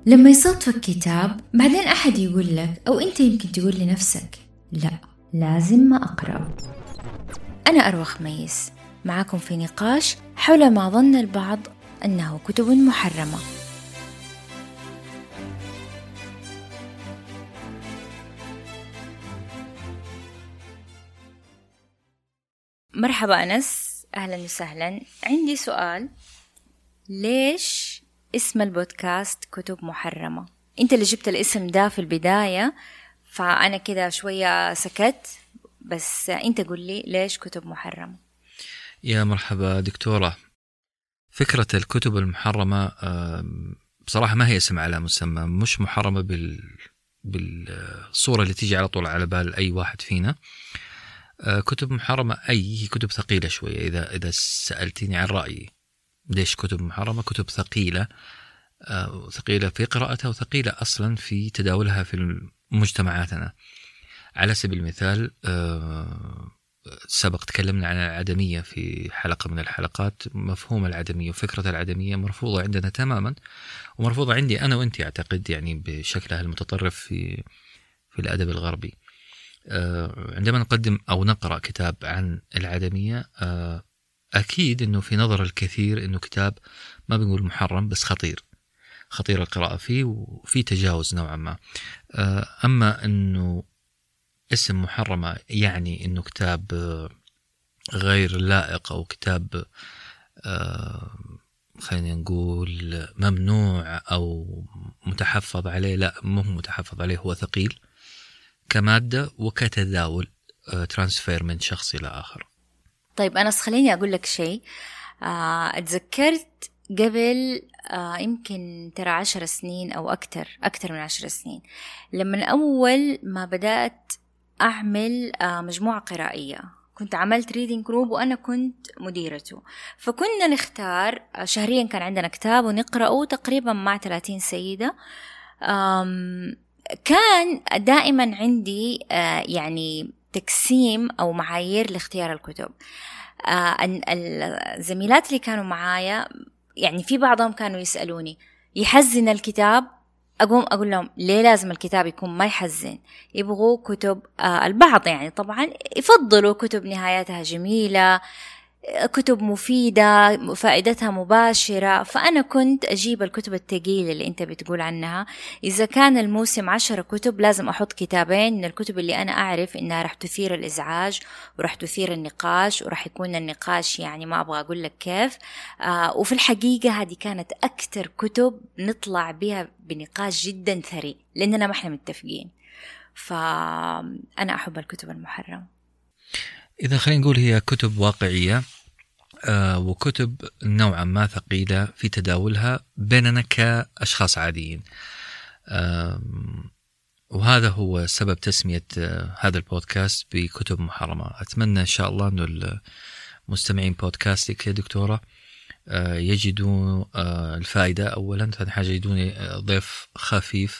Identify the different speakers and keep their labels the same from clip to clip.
Speaker 1: لما يصادفك كتاب بعدين أحد يقول لك أو أنت يمكن تقول لنفسك لا لازم ما أقرأ. أنا أروى خميس معكم في نقاش حول ما ظن البعض أنه كتب محرمة. مرحبا أنس، أهلا وسهلا. عندي سؤال، ليش اسم البودكاست كتب محرمة؟ أنت اللي جبت الاسم ده في البداية، فأنا كده شوية سكت، بس أنت قل لي ليش كتب محرمة؟
Speaker 2: يا مرحبا دكتورة. فكرة الكتب المحرمة بصراحة ما هي اسم على مسمى، مش محرمة بالصورة اللي تيجي على طول على بال أي واحد فينا. كتب محرمة هي كتب ثقيلة شوية. إذا سألتني عن رأيي ليش كتب محرمة، كتب ثقيلة، ثقيلة في قراءتها وثقيلة أصلا في تداولها في مجتمعاتنا. على سبيل المثال سبق تكلمنا عن العدمية في حلقة من الحلقات. مفهوم العدمية وفكرة العدمية مرفوضة عندنا تماما، ومرفوضة عندي أنا وأنت أعتقد، يعني بشكلها المتطرف في الأدب الغربي. عندما نقدم أو نقرأ كتاب عن العدمية أكيد أنه في نظر الكثير أنه كتاب ما بنقول محرم بس خطير القراءة فيه وفي تجاوز نوعا ما. أما أنه اسم محرمة يعني أنه كتاب غير لائق أو كتاب خلينا نقول ممنوع أو متحفظ عليه، لا مو متحفظ عليه، هو ثقيل كمادة وكتداول، ترانسفير من شخص إلى آخر.
Speaker 1: طيب أنا خليني أقول لك شيء. أتذكرت قبل يمكن ترى 10 سنين أو أكتر من 10 سنين، لما أول ما بدأت أعمل مجموعة قرائية، كنت عملت ريدينج جروب وأنا كنت مديرته، فكنا نختار شهريا، كان عندنا كتاب ونقرأه تقريبا مع 30 سيدة. كان دائما عندي يعني تقسيم أو معايير لاختيار الكتب. الزميلات اللي كانوا معايا يعني في بعضهم كانوا يسألوني يحزن الكتاب، أقوم أقول لهم ليه لازم الكتاب يكون ما يحزن؟ يبغوا كتب البعض يعني طبعا يفضلوا كتب نهاياتها جميلة، كتب مفيدة فائدتها مباشرة. فأنا كنت أجيب الكتب الثقيلة اللي أنت بتقول عنها. إذا كان الموسم 10 كتب لازم أحط كتابين من الكتب اللي أنا أعرف إنها رح تثير الإزعاج ورح تثير النقاش ورح يكون النقاش يعني ما أبغى أقول لك كيف. وفي الحقيقة هذه كانت أكتر كتب نطلع بها بنقاش جدا ثري لأننا ما إحنا متفقين. فأنا أحب الكتب المحرمة.
Speaker 2: إذا خلينا نقول هي كتب واقعية وكتب نوعا ما ثقيلة في تداولها بيننا كأشخاص عاديين، وهذا هو سبب تسمية هذا البودكاست بكتب محرمة. أتمنى إن شاء الله أن المستمعين بودكاستك يا دكتورة يجدون الفائدة أولا، ثاني حاجة يجدون ضيف خفيف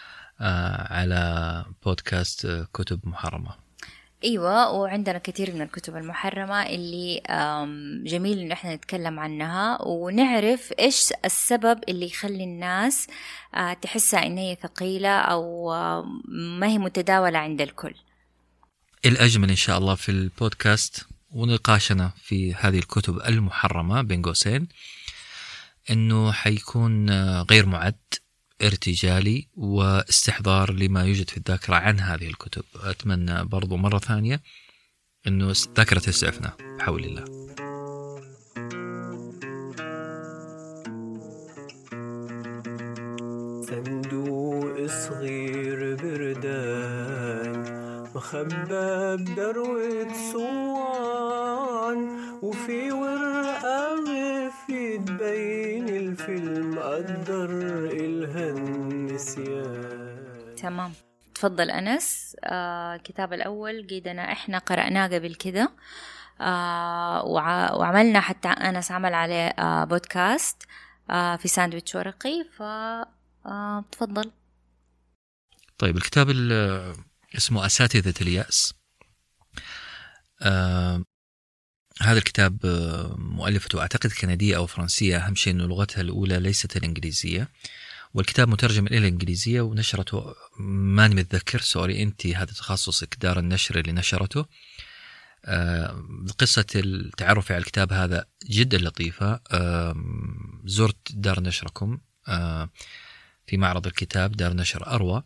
Speaker 2: على بودكاست كتب محرمة.
Speaker 1: ايوه، وعندنا كثير من الكتب المحرمه اللي جميل ان احنا نتكلم عنها ونعرف ايش السبب اللي يخلي الناس تحسها ان هي ثقيله او ما هي متداوله عند الكل.
Speaker 2: الأجمل ان شاء الله في البودكاست ونقاشنا في هذه الكتب المحرمه بين قوسين انه حيكون غير معد، ارتجالي، واستحضار لما يوجد في الذاكرة عن هذه الكتب. أتمنى برضو مرة ثانية أنه الذاكرة تسعفنا بحول الله.
Speaker 3: صندوق صغير بردان مخبى بذروة صوان، وفي ورقة في تبين الفيلم قدر إلها النسيان.
Speaker 1: تمام، تفضل أنس. الكتاب الأول قيدنا إحنا قرأناه قبل كده، وعملنا حتى أنس عمل عليه بودكاست في ساندويتش ورقي، فتفضل.
Speaker 2: طيب، الكتاب اسمه أساتذة اليأس. هذا الكتاب مؤلفته أعتقد كندية أو فرنسية، أهم شيء أنه لغتها الأولى ليست الإنجليزية، والكتاب مترجم إلى الإنجليزية ونشرته ماني متذكر، سوري أنت هذا تخصصك، دار النشر اللي نشرته. قصة التعرف على الكتاب هذا جدا لطيفة. زرت دار نشركم في معرض الكتاب، دار نشر أروى،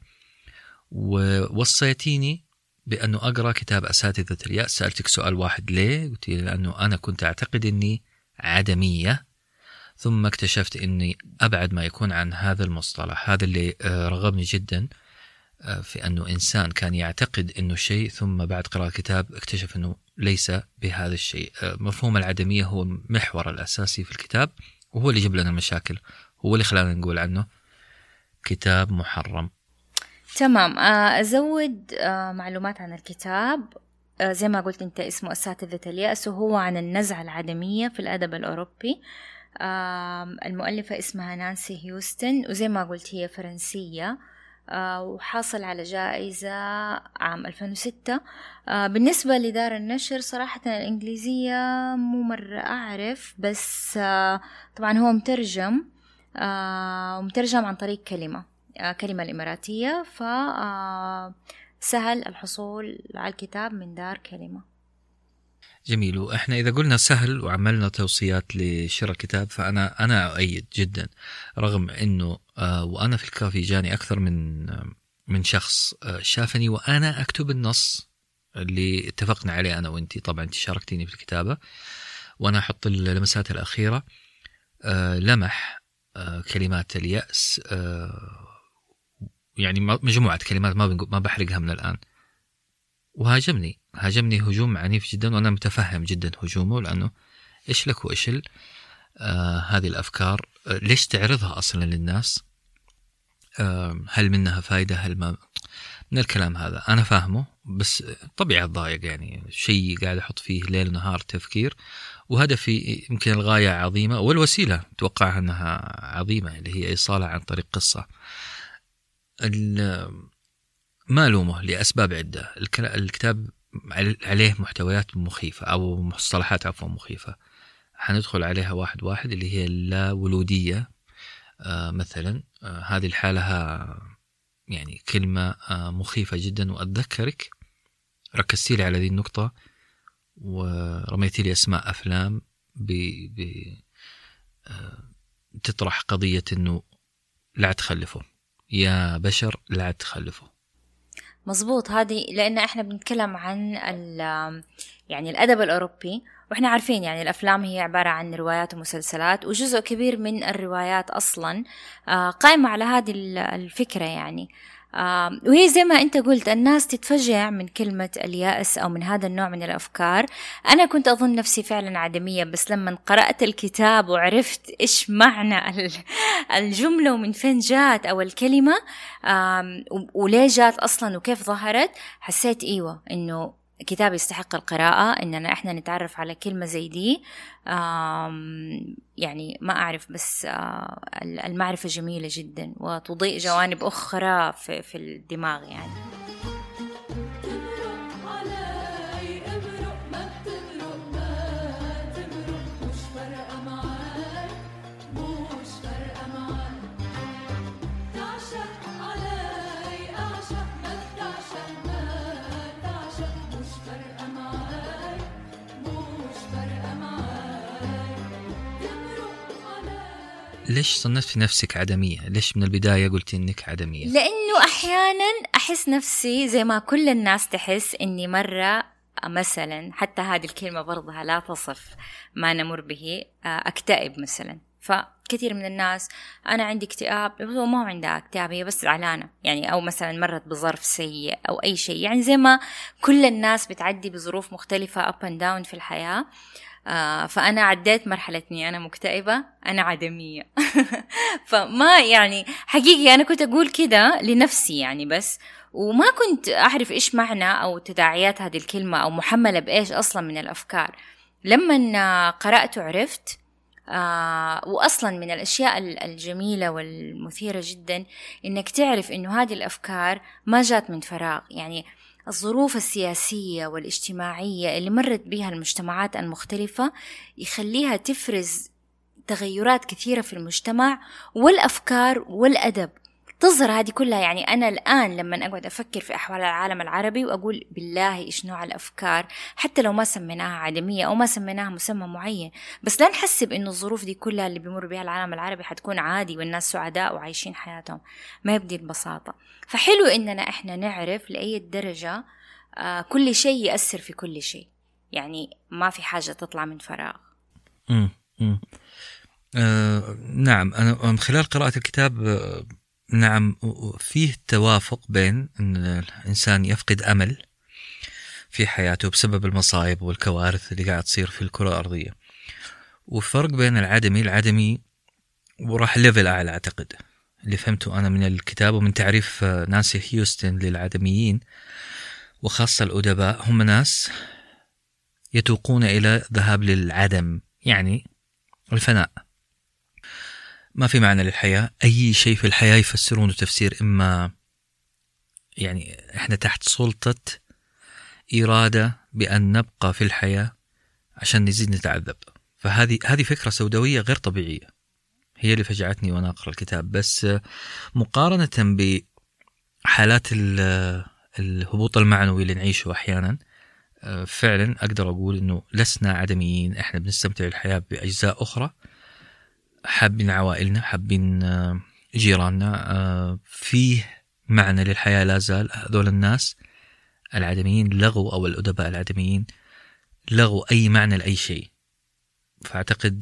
Speaker 2: ووصيتيني بأنه أقرأ كتاب أساتذة اليأس. سألتك سؤال واحد، ليه؟ قلت لي لأنه أنا كنت أعتقد أني عدمية، ثم اكتشفت أني أبعد ما يكون عن هذا المصطلح. هذا اللي رغبني جدا في أنه إنسان كان يعتقد أنه شيء، ثم بعد قراءة الكتاب اكتشف أنه ليس بهذا الشيء. مفهوم العدمية هو المحور الأساسي في الكتاب، وهو اللي جاب لنا المشاكل، هو اللي خلانا نقول عنه كتاب محرم.
Speaker 1: تمام. أزود معلومات عن الكتاب. زي ما قلت أنت، اسمه أساتذة اليأس، وهو عن النزعة العدمية في الأدب الأوروبي. المؤلفة اسمها نانسي هيوستن، وزي ما قلت هي فرنسية، وحاصل على جائزة عام 2006. بالنسبة لدار النشر صراحة الإنجليزية مو مرة أعرف، بس طبعا هو مترجم عن طريق كلمة الإماراتية، فسهل الحصول على الكتاب من دار كلمة.
Speaker 2: جميل. وإحنا إذا قلنا سهل وعملنا توصيات لشراء الكتاب، فأنا أؤيد جدا، رغم إنه وأنا في الكافي جاني أكثر من شخص شافني وأنا أكتب النص اللي اتفقنا عليه أنا وإنتي. طبعا أنت شاركتيني في الكتابة وأنا أحط اللمسات الأخيرة. لمح كلمات اليأس، يعني مجموعة كلمات ما بحرقها من الآن، وهاجمني هجوم عنيف جدا، وأنا متفهم جدا هجومه، لأنه إيش لك وإيش هذه الأفكار، ليش تعرضها أصلا للناس؟ هل منها فايدة؟ هل ما من الكلام هذا؟ أنا فاهمه، بس طبيعة ضايق، يعني شيء قاعد أحط فيه ليل ونهار تفكير، وهدفي يمكن الغاية عظيمة والوسيلة توقعها أنها عظيمة، اللي هي إيصالها عن طريق قصة. ما لومه لأسباب عدة. الكتاب عليه محتويات مخيفة أو مصطلحات مخيفة، حندخل عليها واحد واحد، اللي هي اللا ولودية مثلا. هذه الحالة يعني كلمة مخيفة جدا، وأتذكرك ركزتي لي على ذي النقطة ورميتي لي أسماء أفلام تطرح قضية أنه لا تخلفوا يا بشر، لا تخلفوا.
Speaker 1: مظبوط. هذه لأن إحنا بنتكلم عن يعني الأدب الأوروبي، وإحنا عارفين يعني الأفلام هي عبارة عن روايات ومسلسلات، وجزء كبير من الروايات أصلا قائمة على هذه الفكرة يعني. وهي زي ما أنت قلت، الناس تتفجع من كلمة اليأس أو من هذا النوع من الأفكار. أنا كنت أظن نفسي فعلا عدمية، بس لما قرأت الكتاب وعرفت إيش معنى الجملة ومن فين جات أو الكلمة وليه جات أصلا وكيف ظهرت، حسيت إيوة إنه كتاب يستحق القراءة، إننا إحنا نتعرف على كلمة زي دي. يعني ما أعرف، بس المعرفة جميلة جدا وتضيء جوانب أخرى في الدماغ يعني.
Speaker 2: ليش صنفتي نفسك عدمية؟ ليش من البداية قلتي إنك عدمية؟
Speaker 1: لأنه أحيانا أحس نفسي زي ما كل الناس تحس، إني مرة مثلا، حتى هذه الكلمة برضها لا تصف ما نمر به، أكتئب مثلا. فكثير من الناس أنا عندي اكتئاب، هو ما هو عندها اكتئاب، هي بس زعلانة يعني، أو مثلا مرت بظرف سيء أو أي شيء، يعني زي ما كل الناس بتعدي بظروف مختلفة up and down في الحياة. فأنا عديت مرحلة إني أنا مكتئبة، أنا عدمية. فما يعني حقيقي أنا كنت أقول كده لنفسي يعني، بس وما كنت أعرف إيش معنى أو تداعيات هذه الكلمة أو محملة بإيش أصلا من الأفكار. لما قرأت وعرفت، وأصلا من الأشياء الجميلة والمثيرة جدا إنك تعرف إنه هذه الأفكار ما جات من فراغ. يعني الظروف السياسية والاجتماعية اللي مرت بها المجتمعات المختلفة يخليها تفرز تغيرات كثيرة في المجتمع والأفكار والأدب تظهر هذه كلها. يعني أنا الآن لما أقعد أفكر في أحوال العالم العربي وأقول بالله إيش نوع الأفكار، حتى لو ما سميناها عدمية أو ما سميناها مسمى معين، بس لا نحسب إنه الظروف دي كلها اللي بيمر بها العالم العربي حتكون عادي والناس سعداء وعايشين حياتهم. ما يبدي البساطة. فحلو إننا إحنا نعرف لأي درجة كل شيء يأثر في كل شيء، يعني ما في حاجة تطلع من فراغ.
Speaker 2: نعم، أنا من خلال قراءة الكتاب نعم فيه توافق بين أن الإنسان يفقد أمل في حياته بسبب المصائب والكوارث اللي قاعد تصير في الكرة الأرضية، وفرق بين العدمي وراح ليفل أعلى. أعتقد اللي فهمته أنا من الكتاب ومن تعريف نانسي هيوستن للعدميين وخاصة الأدباء، هم ناس يتوقون إلى ذهاب للعدم، يعني الفناء. ما في معنى للحياة. أي شيء في الحياة يفسرونه تفسير إما يعني إحنا تحت سلطة إرادة بأن نبقى في الحياة عشان نزيد نتعذب. فهذه فكرة سوداوية غير طبيعية، هي اللي فجعتني وأنا أقرأ الكتاب. بس مقارنة بحالات الهبوط المعنوي اللي نعيشه أحيانا، فعلا أقدر أقول إنه لسنا عدميين، إحنا بنستمتع الحياة بأجزاء أخرى، حابين عوائلنا، حابين جيراننا، فيه معنى للحياة لا زال. هذول الناس العدميين لغوا، أو الأدباء العدميين لغوا أي معنى لأي شيء. فأعتقد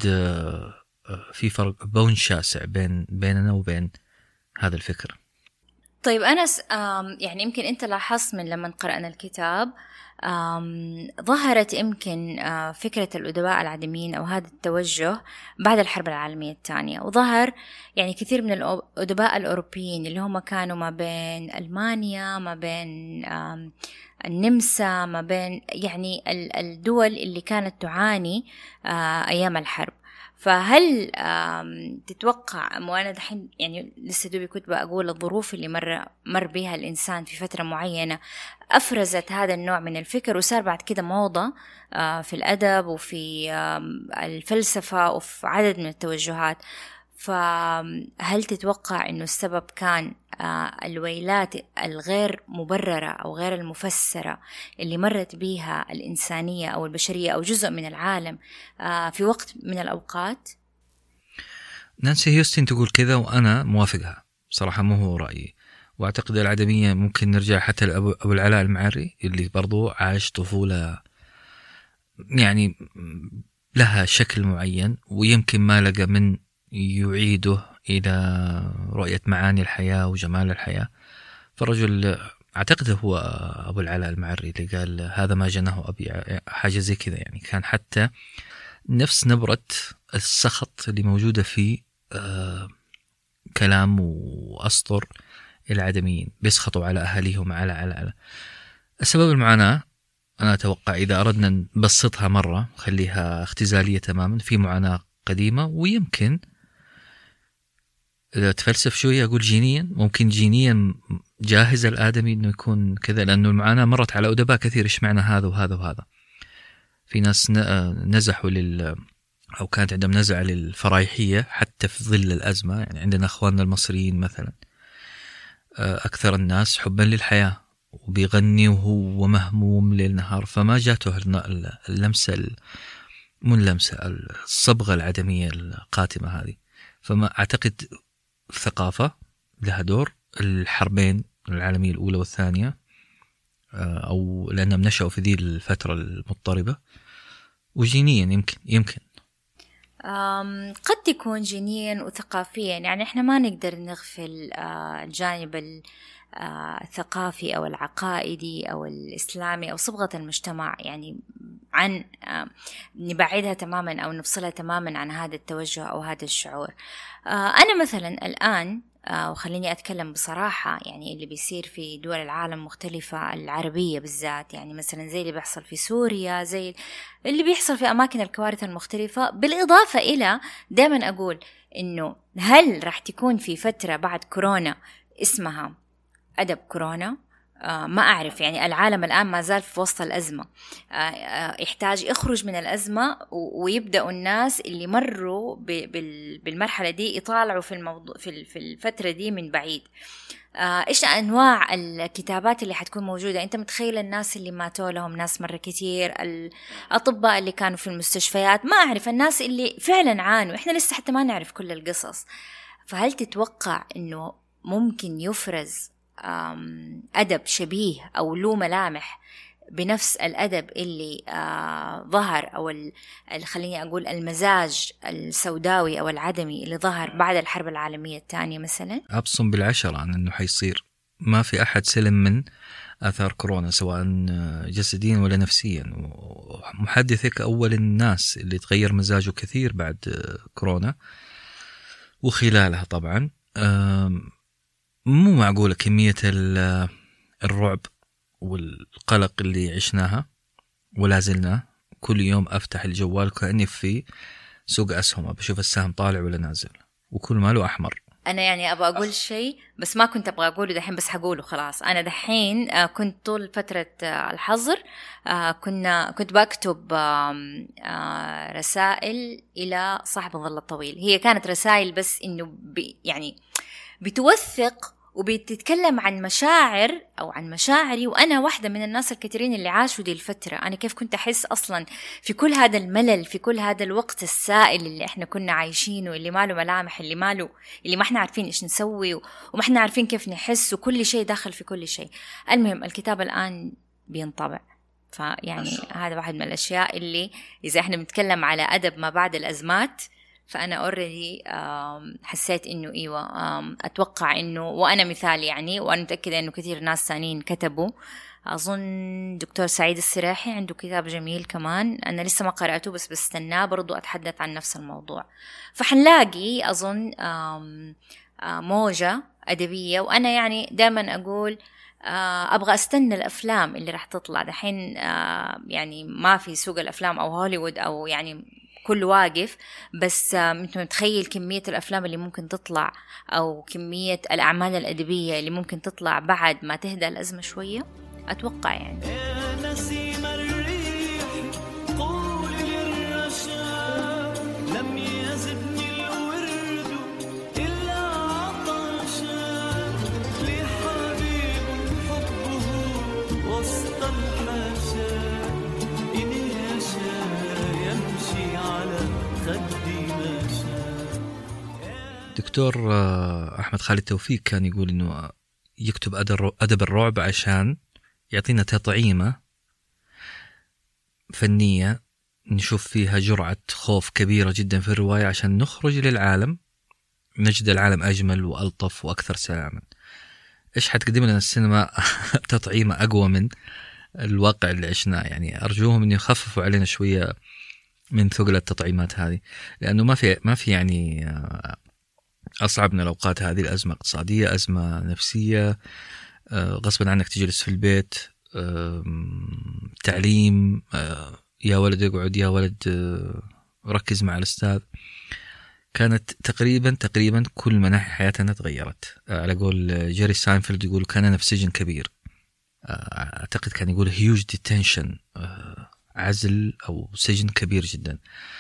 Speaker 2: في فرق بون شاسع بيننا وبين هذا الفكر.
Speaker 1: طيب أنس، يعني يمكن أنت لاحظت من لما قرأنا الكتاب ظهرت يمكن فكرة الأدباء العدميين أو هذا التوجه بعد الحرب العالمية الثانية، وظهر يعني كثير من الأدباء الأوروبيين اللي هم كانوا ما بين ألمانيا، ما بين النمسا، ما بين يعني الدول اللي كانت تعاني أيام الحرب. فهل تتوقع، وأنا دحين يعني لسه دوبي كنت بقول الظروف اللي مر بها الإنسان في فترة معينة أفرزت هذا النوع من الفكر وصار بعد كده موضة في الأدب وفي الفلسفة وفي عدد من التوجهات. فهل تتوقع إنه السبب كان الويلات الغير مبررة أو غير المفسرة اللي مرت بها الإنسانية أو البشرية أو جزء من العالم في وقت من الأوقات؟
Speaker 2: نانسي هيوستن تقول كذا وأنا موافقها صراحة، مو هو رأيي. وأعتقد العدمية ممكن نرجع حتى لأبو العلاء المعري اللي برضو عاش طفولة يعني لها شكل معين، ويمكن ما لقى من يعيده إلى رؤية معاني الحياة وجمال الحياة. فالرجل أعتقد هو أبو العلاء المعري اللي قال هذا ما جناه أبي، حاجة زي كذا. يعني كان حتى نفس نبرة السخط اللي موجودة في كلام وأسطر العدميين، بيسخطوا على أهاليهم على السبب المعاناة. أنا أتوقع إذا أردنا نبسطها مرة خليها اختزالية تماما، في معاناة قديمة، ويمكن إذا تفلسف شوية أقول جينيا، ممكن جينيا جاهز الآدمي إنه يكون كذا، لأنه المعاناة مرت على أدباء كثير. إيش معنى هذا وهذا وهذا؟ في ناس نزحوا أو كانت عندهم نزعة للفرايحية حتى في ظل الأزمة. يعني عندنا أخواننا المصريين مثلا أكثر الناس حبا للحياة وبيغني وهو مهموم ليل نهار، فما جاته اللمسة الصبغة العدمية القاتمة هذه. فما أعتقد الثقافة لها دور، الحربين العالمية الأولى والثانية، أو لأنهم نشأوا في ذي الفترة المضطربة، وجينيا يمكن
Speaker 1: قد يكون جينيا وثقافيا. يعني احنا ما نقدر نغفل الجانب الثقافي أو العقائدي أو الإسلامي أو صبغة المجتمع، يعني عن نبعدها تماما أو نفصلها تماما عن هذا التوجه أو هذا الشعور. أنا مثلا الآن وخليني أتكلم بصراحة، يعني اللي بيصير في دول العالم مختلفة العربية بالذات، يعني مثلا زي اللي بيحصل في سوريا، زي اللي بيحصل في أماكن الكوارث المختلفة، بالإضافة إلى دائما أقول إنه هل راح تكون في فترة بعد كورونا اسمها أدب كورونا، ما أعرف، يعني العالم الآن ما زال في وسط الأزمة، يحتاج يخرج من الأزمة ويبدأوا الناس اللي مروا بالمرحلة دي يطالعوا في الموضوع في الفترة دي من بعيد. إيش أنواع الكتابات اللي حتكون موجودة؟ أنت متخيل الناس اللي ماتوا لهم ناس مرة كتير، الأطباء اللي كانوا في المستشفيات، ما أعرف الناس اللي فعلا عانوا، إحنا لسه حتى ما نعرف كل القصص. فهل تتوقع أنه ممكن يفرز أدب شبيه أو له ملامح بنفس الأدب اللي ظهر، أو خليني أقول المزاج السوداوي أو العدمي اللي ظهر بعد الحرب العالمية الثانية مثلا؟
Speaker 2: أبصم بالعشرة عن أنه حيصير. ما في أحد سلم من آثار كورونا سواء جسديا ولا نفسيا، ومحدثك أول الناس اللي تغير مزاجه كثير بعد كورونا وخلالها طبعا. مو معقولة كمية الرعب والقلق اللي عشناها ولا زلنا. كل يوم أفتح الجوال كأني في سوق أسهم، بشوف السهم طالع ولا نازل وكل ماله أحمر.
Speaker 1: أنا يعني أبغى أقول شيء بس ما كنت أبغى أقوله دحين، بس هقوله خلاص. أنا دحين كنت طول فترة الحظر كنت بكتب رسائل إلى صاحب الظل الطويل. هي كانت رسائل بس إنه يعني بتوثق وبتتكلم عن مشاعر أو عن مشاعري، وأنا واحدة من الناس الكثيرين اللي عاشوا دي الفترة. أنا كيف كنت أحس أصلا في كل هذا الملل، في كل هذا الوقت السائل اللي إحنا كنا عايشينه، اللي ما له ملامح، اللي ما إحنا عارفين إيش نسوي وما إحنا عارفين كيف نحس، وكل شيء داخل في كل شيء. المهم الكتاب الآن بينطبع، فيعني هذا واحد من الأشياء اللي إذا إحنا بنتكلم على أدب ما بعد الأزمات، فأنا أوريدي حسيت إنه إيوه، أتوقع إنه وأنا مثال يعني، وأنا متأكدة إنه كثير ناس ثانيين كتبوا. أظن دكتور سعيد السراحي عنده كتاب جميل كمان، أنا لسه ما قرأته بس بستناه برضو أتحدث عن نفس الموضوع. فحنلاقي أظن موجة أدبية. وأنا يعني دائما أقول أبغى أستنى الأفلام اللي راح تطلع دحين، يعني ما في سوق الأفلام أو هوليوود أو يعني كل واقف، بس انت متخيل كمية الأفلام اللي ممكن تطلع أو كمية الأعمال الأدبية اللي ممكن تطلع بعد ما تهدى الأزمة شوية؟ أتوقع يعني.
Speaker 2: دكتور أحمد خالد توفيق كان يقول إنه يكتب أدب الرعب عشان يعطينا تطعيمة فنية نشوف فيها جرعة خوف كبيرة جدا في الرواية، عشان نخرج للعالم نجد العالم أجمل وألطف وأكثر سلاما. إيش حتقدم لنا السينما تطعيمة أقوى من الواقع اللي عشناه؟ يعني أرجوهم إن يخففوا علينا شوية من ثقل التطعيمات هذه، لأنه ما في يعني أصعب من الأوقات هذه. الأزمة اقتصادية، أزمة نفسية، غصبا عنك تجلس في البيت، تعليم، يا ولد اقعد، يا ولد ركز مع الأستاذ. كانت تقريبا كل مناحي حياتنا تغيرت. على قول جيري ساينفيلد يقول كاننا في سجن كبير. أعتقد كان يقول هيوج ديتنشن، عزل أو سجن كبير جدا.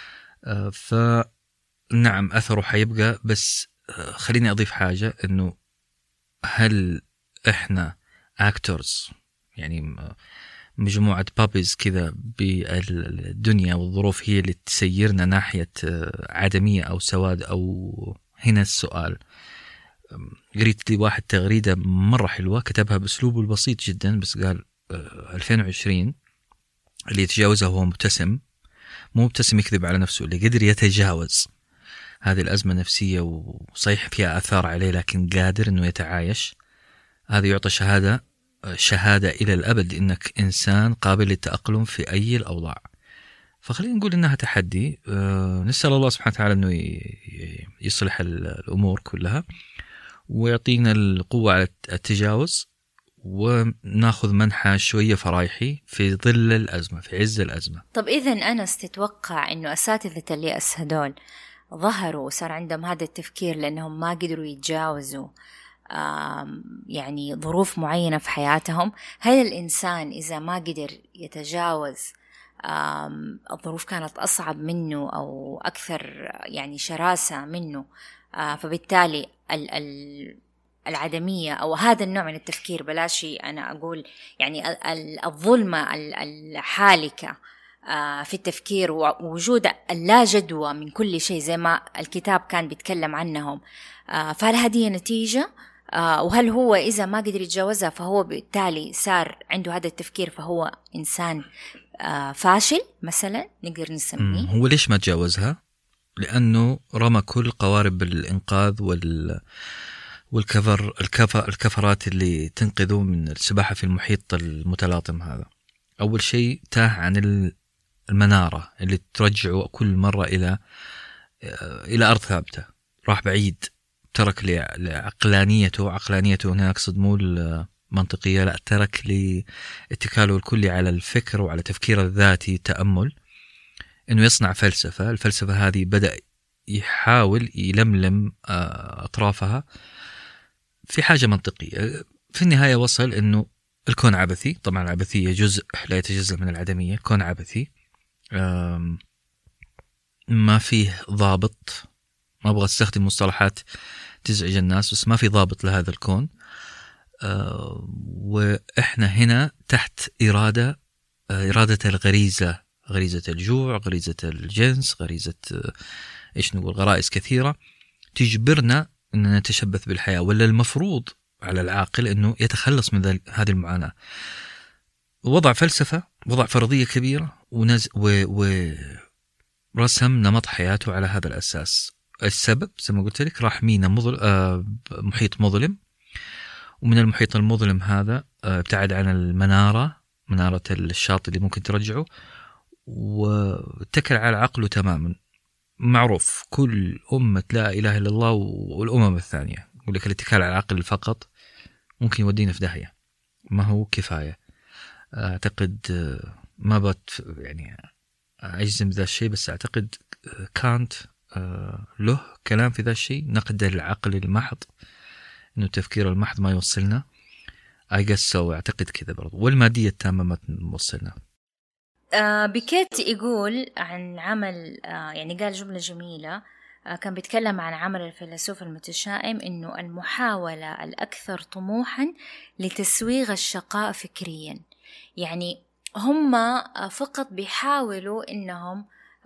Speaker 2: فنعم أثره حيبقى، بس خليني أضيف حاجة، إنه هل إحنا أكتورز يعني مجموعة بابيز كذا بالدنيا والظروف هي اللي تسيرنا ناحية عدمية أو سواد؟ أو هنا السؤال. قريت لي واحد تغريدة مرة حلوة كتبها بأسلوبه البسيط جدا، بس قال 2020 اللي يتجاوزه هو مبتسم، مو مبتسم يكذب على نفسه، اللي قدر يتجاوز هذه الأزمة النفسية وصيح فيها آثار عليه لكن قادر إنه يتعايش، هذا يعطى شهادة إلى الأبد إنك إنسان قابل للتأقلم في أي الأوضاع. فخلينا نقول إنها تحدي. نسأل الله سبحانه وتعالى إنه يصلح الأمور كلها ويعطينا القوة على التجاوز، وناخذ منحى شوية فرايحي في ظل الأزمة، في عز الأزمة.
Speaker 1: طب إذن أنس تتوقع إنه أساتذة اليأس هدول ظهروا وصار عندهم هذا التفكير لأنهم ما قدروا يتجاوزوا يعني ظروف معينة في حياتهم. هل الإنسان إذا ما قدر يتجاوز الظروف كانت أصعب منه أو أكثر يعني شراسة منه، فبالتالي العدمية أو هذا النوع من التفكير، بلاشي أنا أقول يعني الظلمة الحالكة في التفكير ووجود اللا جدوى من كل شيء زي ما الكتاب كان بيتكلم عنهم، فهل هذه نتيجة؟ وهل هو إذا ما قدر يتجاوزها فهو بالتالي صار عنده هذا التفكير فهو إنسان فاشل مثلا نقدر نسميه؟
Speaker 2: هو ليش ما تجاوزها؟ لأنه رمى كل قوارب الإنقاذ الكفرات اللي تنقذه من السباحة في المحيط المتلاطم هذا. أول شيء تاه عن المنارة اللي ترجعه كل مرة إلى أرض ثابتة، راح بعيد، ترك لعقلانيته هنا أقصد مو المنطقية، لا، ترك لاتكاله الكلي على الفكر وعلى تفكير الذاتي، تأمل، إنه يصنع فلسفة. الفلسفة هذه بدأ يحاول يلملم أطرافها في حاجة منطقية. في النهاية وصل إنه الكون عبثي. طبعا العبثية جزء لا يتجزأ من العدمية. الكون عبثي، ما فيه ضابط. ما أبغى استخدم مصطلحات تزعج الناس، بس ما في ضابط لهذا الكون. وإحنا هنا تحت إرادة الغريزة، غريزة الجوع، غريزة الجنس، غريزة غرائز كثيرة تجبرنا أن نتشبث بالحياة. ولا المفروض على العاقل أنه يتخلص من هذه المعاناة. وضع فلسفة، وضع فرضية كبيرة، ورسم نمط حياته على هذا الأساس. السبب زي ما قلت لك، راح مينا محيط مظلم، ومن المحيط المظلم هذا ابتعد عن منارة الشاطئ اللي ممكن ترجعه، واتكل على عقله تماما. معروف كل أمة لا إله إلا الله والأمم الثانية يقول لك الاتكال على العقل فقط ممكن يودينا في داهية، ما هو كفاية. أعتقد ما يعني أجزم ذا الشيء، بس أعتقد كانت له كلام في ذا الشيء، نقد العقل المحض، إنه التفكير المحض ما يوصلنا. أعتقد كذا برضو. والمادية التامة ما توصلنا.
Speaker 1: بيكيت يقول عن عمل يعني قال جملة جميلة، كان بيتكلم عن عمل الفيلسوف المتشائم إنه المحاولة الأكثر طموحا لتسويغ الشقاء فكريا. يعني هم فقط بيحاولوا إنهم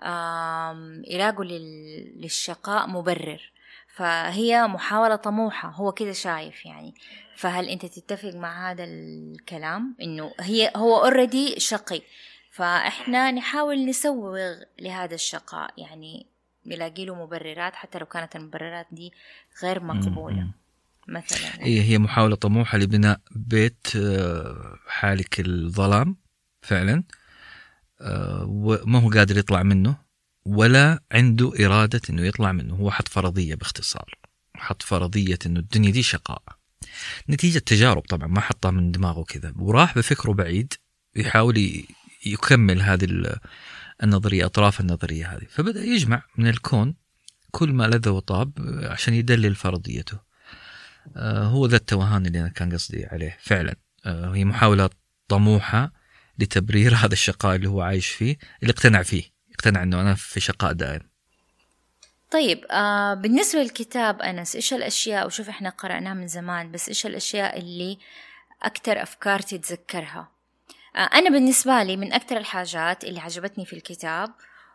Speaker 1: يلاقوا للشقاء مبرر، فهي محاولة طموحة، هو كده شايف يعني. فهل أنت تتفق مع هذا الكلام إنه هو already شقي، فإحنا نحاول نسوغ لهذا الشقاء، يعني نلاقي له مبررات حتى لو كانت المبررات دي غير مقبولة مثلا.
Speaker 2: هي محاولة طموحة لبناء بيت حالك الظلام فعلا، وما هو قادر يطلع منه ولا عنده إرادة إنه يطلع منه. هو حط فرضية، باختصار حط فرضية إنه الدنيا دي شقاء نتيجة تجارب، طبعا ما حطها من دماغه كذا، وراح بفكره بعيد يحاول يكمل هذه النظرية، أطراف النظرية هذه. فبدأ يجمع من الكون كل ما لذ وطاب عشان يدلل فرضيته. هو ذا التوهان اللي أنا كان قصدي عليه فعلا. هي محاولة طموحة لتبرير هذا الشقاء اللي هو عايش فيه، اللي اقتنع أنه أنا في شقاء دائم.
Speaker 1: طيب بالنسبة للكتاب أنس، إيش الأشياء، وشوف إحنا قرأناه من زمان، بس إيش الأشياء اللي أكتر أفكار تتذكرها؟ أنا بالنسبة لي من أكتر الحاجات اللي عجبتني في الكتاب،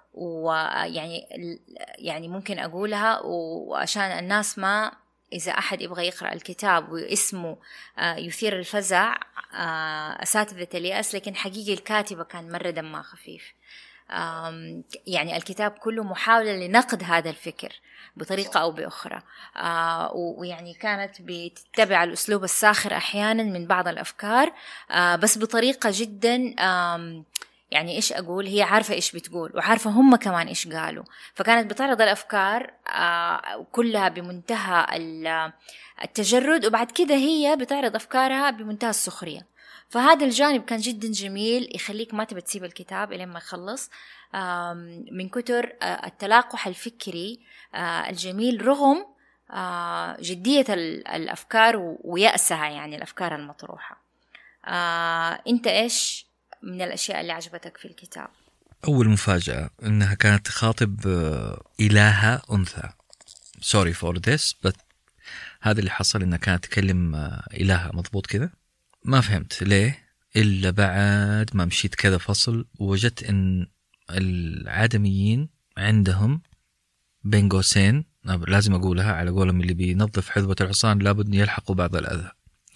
Speaker 1: ويعني ممكن أقولها وعشان الناس ما، إذا أحد يبغى يقرأ الكتاب واسمه يثير الفزع، أساتذة اليأس، لكن حقيقي الكاتبة كان مرة دمها خفيف. يعني الكتاب كله محاولة لنقد هذا الفكر بطريقة أو بأخرى، ويعني كانت بتتبع الأسلوب الساخر أحيانا من بعض الأفكار، بس بطريقة جدا يعني إيش أقول، هي عارفة إيش بتقول وعارفة هم كمان إيش قالوا، فكانت بتعرض الأفكار كلها بمنتهى التجرد، وبعد كده هي بتعرض أفكارها بمنتهى السخرية. فهذا الجانب كان جدا جميل، يخليك ما تبى تسيب الكتاب إلى ما يخلص من كتر التلاقح الفكري الجميل، رغم جدية الأفكار ويأسها، يعني الأفكار المطروحة. أنت إيش من الأشياء اللي عجبتك في الكتاب؟
Speaker 2: أول مفاجأة أنها كانت تخاطب إلهة أنثى. sorry for this but هذا اللي حصل، أنها كانت تكلم إلهة مضبوط كذا. ما فهمت ليه إلا بعد ما مشيت كذا فصل ووجدت أن العدميين عندهم بين قوسين، لازم أقولها على قولهم اللي بينظف حذوة الحصان لابد أن يلحقوا بعض الأذى.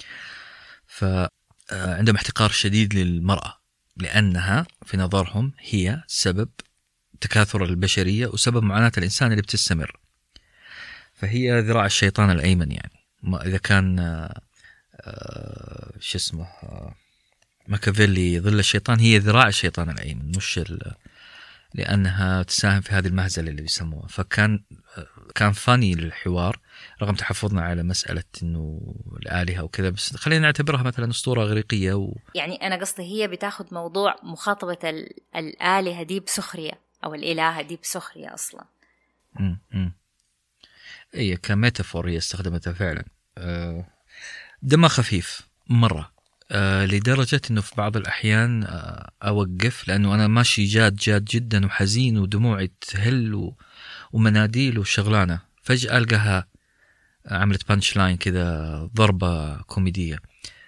Speaker 2: فعندهم احتقار شديد للمرأة لأنها في نظرهم هي سبب تكاثر البشرية وسبب معاناة الإنسان اللي بتستمر. فهي ذراع الشيطان الأيمن، يعني ما إذا كان شو اسمه ماكافيلي ظل الشيطان، هي ذراع الشيطان الأيمن، مش لأنها تساهم في هذه المهزلة اللي بيسموها. فكان فاني للحوار رغم تحفظنا على مسألة إنه الآلهة وكذا، بس خلينا نعتبرها مثلا أسطورة إغريقية
Speaker 1: يعني أنا قصدي هي بتاخد موضوع مخاطبة الآلهة دي بسخرية أو الإلهة دي بسخرية أصلا.
Speaker 2: هي كميتافور هي استخدمتها فعلا. دمها خفيف مرة، لدرجة أنه في بعض الأحيان أوقف لأنه أنا ماشي جاد جدا وحزين ودموعي تهل ومناديل وشغلانة، فجأة ألقاها عملت بانش لاين كذا، ضربة كوميدية.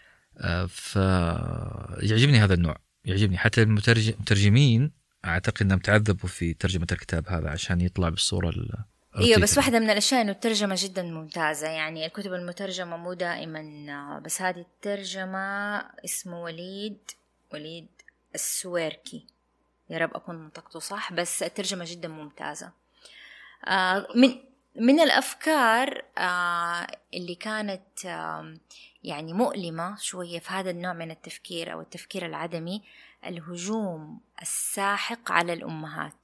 Speaker 2: فيعجبني هذا النوع، يعجبني. حتى المترجمين أعتقد أنهم تعذبوا في ترجمة الكتاب هذا عشان يطلع بالصورة
Speaker 1: ايوه، بس واحدة من الاشياء انه الترجمة جدا ممتازة. يعني الكتب المترجمة مو دائما، بس هذه الترجمة اسمه وليد السويركي، يا رب اكون منطقته صح، بس الترجمة جدا ممتازة. من الافكار اللي كانت يعني مؤلمة شوية في هذا النوع من التفكير او التفكير العدمي، الهجوم الساحق على الامهات.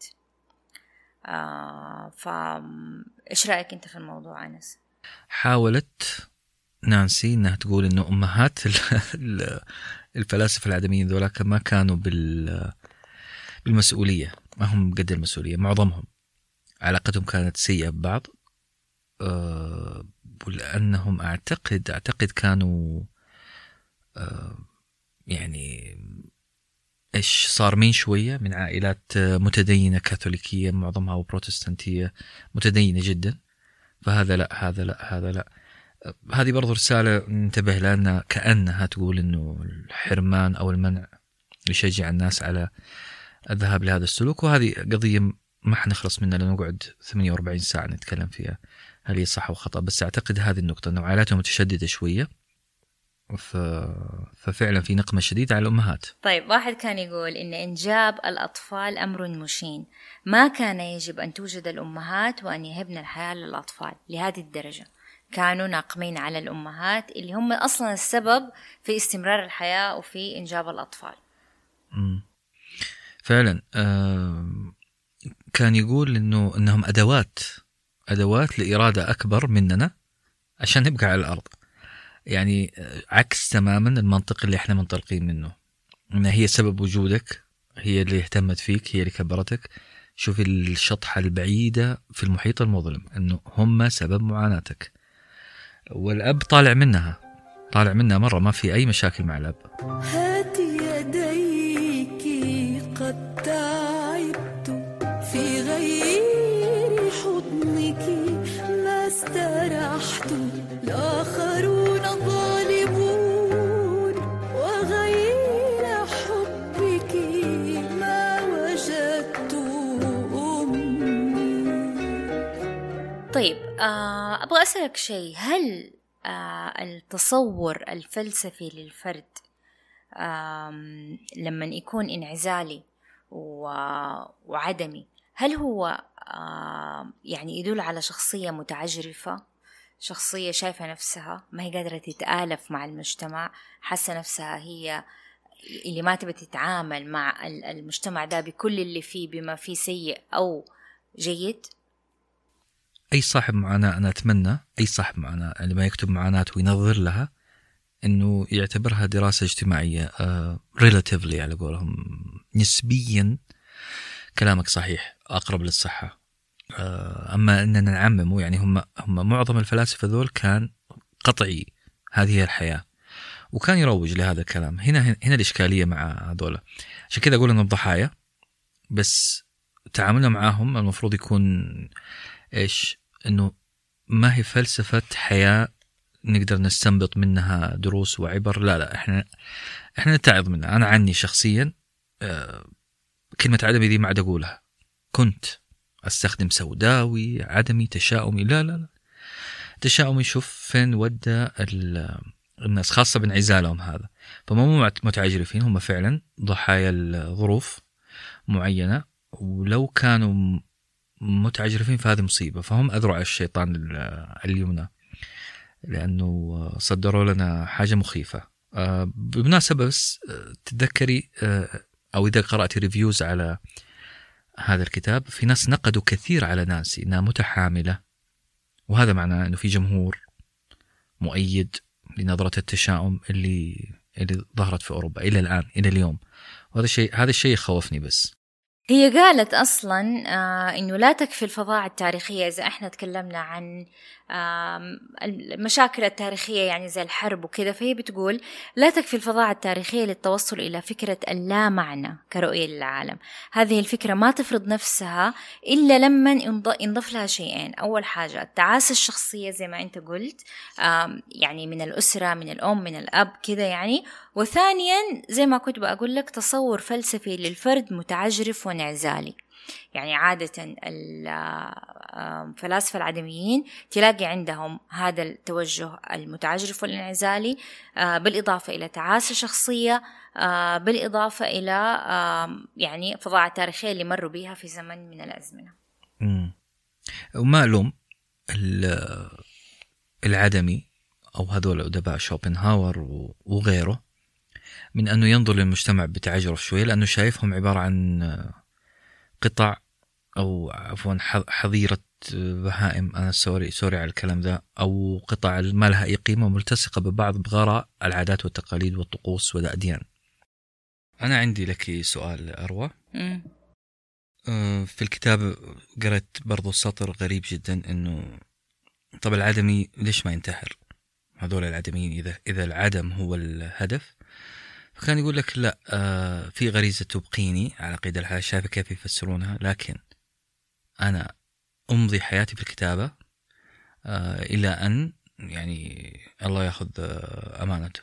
Speaker 1: إيش رأيك أنت في الموضوع أنس؟
Speaker 2: حاولت نانسي أنها تقول أنه أمهات الفلاسفة العدميين ذولاك ما كانوا بالمسؤولية، ما هم قد المسؤولية. معظمهم علاقتهم كانت سيئة ببعض، ولأنهم أعتقد كانوا يعني إيش صارمين شوية من عائلات متدينة كاثوليكية معظمها وبروتستانتية متدينة جدا. فهذا لا هذه برضو رسالة ننتبه لأن كأنها تقول إنه الحرمان أو المنع يشجع الناس على الذهاب لهذا السلوك. وهذه قضية ما حنخلص منها لأنه نقعد 48 ساعة نتكلم فيها هل هي صح وخطأ. بس أعتقد هذه النقطة أنه عائلاتهم متشددة شوية، ففعلا في نقمة شديدة على الأمهات.
Speaker 1: طيب، واحد كان يقول إن إنجاب الأطفال أمر مشين، ما كان يجب أن توجد الأمهات وأن يهبن الحياة للأطفال لهذه الدرجة. كانوا ناقمين على الأمهات اللي هم أصلا السبب في استمرار الحياة وفي إنجاب الأطفال.
Speaker 2: فعلا كان يقول إنهم أدوات لإرادة أكبر مننا عشان نبقى على الأرض. يعني عكس تماما المنطق اللي احنا منطلقين منه، ان هي سبب وجودك، هي اللي اهتمت فيك، هي اللي كبرتك. شوف الشطحة البعيدة في المحيط المظلم انه هم سبب معاناتك، والاب طالع منها مرة، ما في اي مشاكل مع الاب.
Speaker 4: هات يديك قد تعبت في غير حضنك ما استرحت، الآخرون ظالمون وغير حبك ما وجدت أمي.
Speaker 1: طيب، أبغى أسألك شيء. هل التصور الفلسفي للفرد لما يكون انعزالي وعدمي، هل هو يعني يدل على شخصية متعجرفة، شخصية شايفة نفسها ما هي قادرة تتآلف مع المجتمع، حاسة نفسها هي اللي ما تبي تتعامل مع المجتمع ده بكل اللي فيه بما فيه سيء أو جيد؟
Speaker 2: أي صاحب معاناة، أنا أتمنى أي صاحب معاناة لما يكتب معاناته وينظر لها إنه يعتبرها دراسة اجتماعية relatively على قولهم، نسبيا كلامك صحيح، أقرب للصحة. أما أننا نعممه، يعني هم معظم الفلاسفة ذول كان قطعي هذه هي الحياة، وكان يروج لهذا الكلام. هنا الإشكالية مع هذول. عشان كذا أقول إنهم ضحايا، بس تعاملنا معاهم المفروض يكون إيش؟ إنه ما هي فلسفة حياة نقدر نستنبط منها دروس وعبر. لا إحنا نتعظ منها. أنا عني شخصيا كلمة عدمي دي ما عاد أقولها. كنت أستخدم سوداوي، عدمي، تشاؤمي. لا تشاؤمي شوف فين ودى الناس، خاصة بانعزالهم هذا. فمو متعجرفين، هم فعلا ضحايا الظروف معينة، ولو كانوا متعجرفين فهذه مصيبة. فهم أذرع الشيطان اليمنى، لأنه صدروا لنا حاجة مخيفة. بالمناسبة بس تتذكري أو إذا قرأت ريفيوز على هذا الكتاب، في ناس نقدوا كثير على نانسي إنها متحاملة، وهذا معناه إنه في جمهور مؤيد لنظرة التشاؤم اللي ظهرت في أوروبا إلى الآن إلى اليوم. هذا الشيء يخوفني. بس
Speaker 1: هي قالت أصلاً إنه لا تكفي الفظاعة التاريخية. إذا إحنا تكلمنا عن المشاكل التاريخية يعني زي الحرب وكذا، فهي بتقول لا تكفي الفظاعة التاريخية للتوصل إلى فكرة اللا معنى كرؤية للعالم. هذه الفكرة ما تفرض نفسها إلا لما ينضف لها شيئين. أول حاجة التعاسة الشخصية زي ما أنت قلت، يعني من الأسرة، من الأم، من الأب كذا يعني. وثانيا زي ما كنت بقول لك تصور فلسفي للفرد متعجرف وانعزالي. يعني عادة الفلاسفة العدميين تلاقي عندهم هذا التوجه المتعجرف والانعزالي، بالإضافة إلى تعاسة شخصية، بالإضافة إلى يعني فظاعة تاريخية اللي مروا بها في زمن من الأزمنة.
Speaker 2: وما ألوم العدمي أو هذول أدباء شوبنهاور وغيره من أنه ينظر للمجتمع بتعجرف شوية، لأنه شايفهم عبارة عن قطع أو عفوا حظيرة بهائم. أنا سوري على الكلام ذا، أو قطع ما لها أي قيمة، ملتصقة ببعض بغراء العادات والتقاليد والطقوس والأديان. أنا عندي لك سؤال أروى. في الكتاب قرأت برضو سطر غريب جدا، إنه طب العدمي ليش ما ينتحر؟ هذول العدميين إذا العدم هو الهدف، فكان يقول لك لا، في غريزة تبقيني على قيد الحياة. شايف كيف يفسرونها؟ لكن أنا أمضي حياتي في الكتابة إلى أن يعني الله يأخذ أمانته.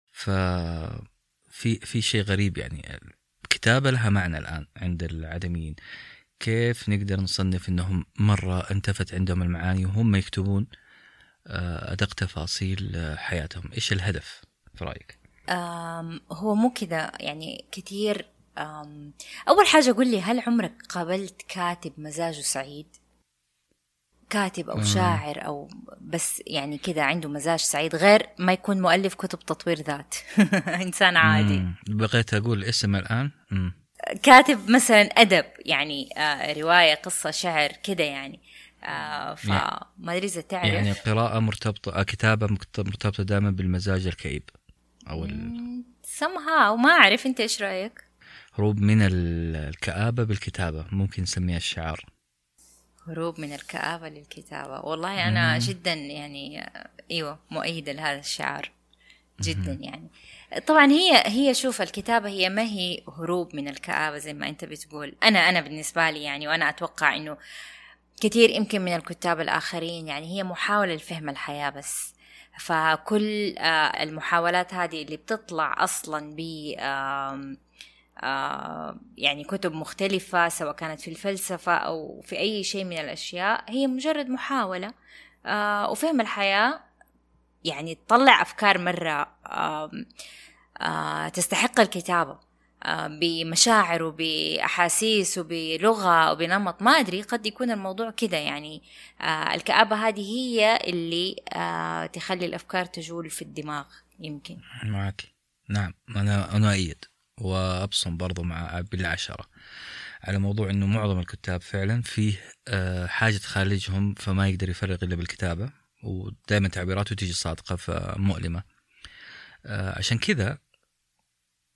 Speaker 2: ففي شيء غريب، يعني الكتابة لها معنى الآن عند العدميين. كيف نقدر نصنف أنهم مرة انتفت عندهم المعاني وهم يكتبون أدق تفاصيل حياتهم؟ إيش الهدف في رأيك؟
Speaker 1: هو مو كذا يعني كتير. أول حاجة قل لي، هل عمرك قابلت كاتب مزاجه سعيد؟ كاتب أو شاعر أو بس يعني كذا عنده مزاج سعيد، غير ما يكون مؤلف كتب تطوير ذات إنسان عادي.
Speaker 2: بغيت أقول اسم الآن.
Speaker 1: كاتب مثلا أدب، يعني رواية، قصة، شعر كذا يعني. فما أدري إذا تعرف،
Speaker 2: يعني قراءة مرتبطة، كتابة مرتبطة دائما بالمزاج الكئيب أو
Speaker 1: somehow. ما أعرف أنت إيش رأيك؟
Speaker 2: هروب من الكآبة بالكتابة، ممكن نسميها الشعار. هروب
Speaker 1: من الكآبة للكتابة. والله أنا جدا يعني أيوة مؤيدة لهذا الشعار جدا. يعني طبعا هي شوف، الكتابة هي ما هي هروب من الكآبة زي ما أنت بتقول. أنا بالنسبة لي يعني، وأنا أتوقع إنه كتير يمكن من الكتاب الآخرين، يعني هي محاولة لفهم الحياة بس. فكل المحاولات هذه اللي بتطلع أصلا ب يعني كتب مختلفة، سواء كانت في الفلسفة أو في أي شيء من الأشياء، هي مجرد محاولة وفهم الحياة. يعني تطلع أفكار مرة تستحق الكتابة، بمشاعر وبأحاسيس وبلغة وبنمط. ما أدري، قد يكون الموضوع كده يعني. الكآبة هذه هي اللي تخلي الأفكار تجول في الدماغ يمكن.
Speaker 2: معك. نعم، أنا أؤيد وأبصم برضو مع بالعشرة على موضوع أنه معظم الكتاب فعلا فيه حاجة خارجهم، فما يقدر يفرق إلا بالكتابة، ودائما تعبيراته تيجي صادقة فمؤلمة. عشان كذا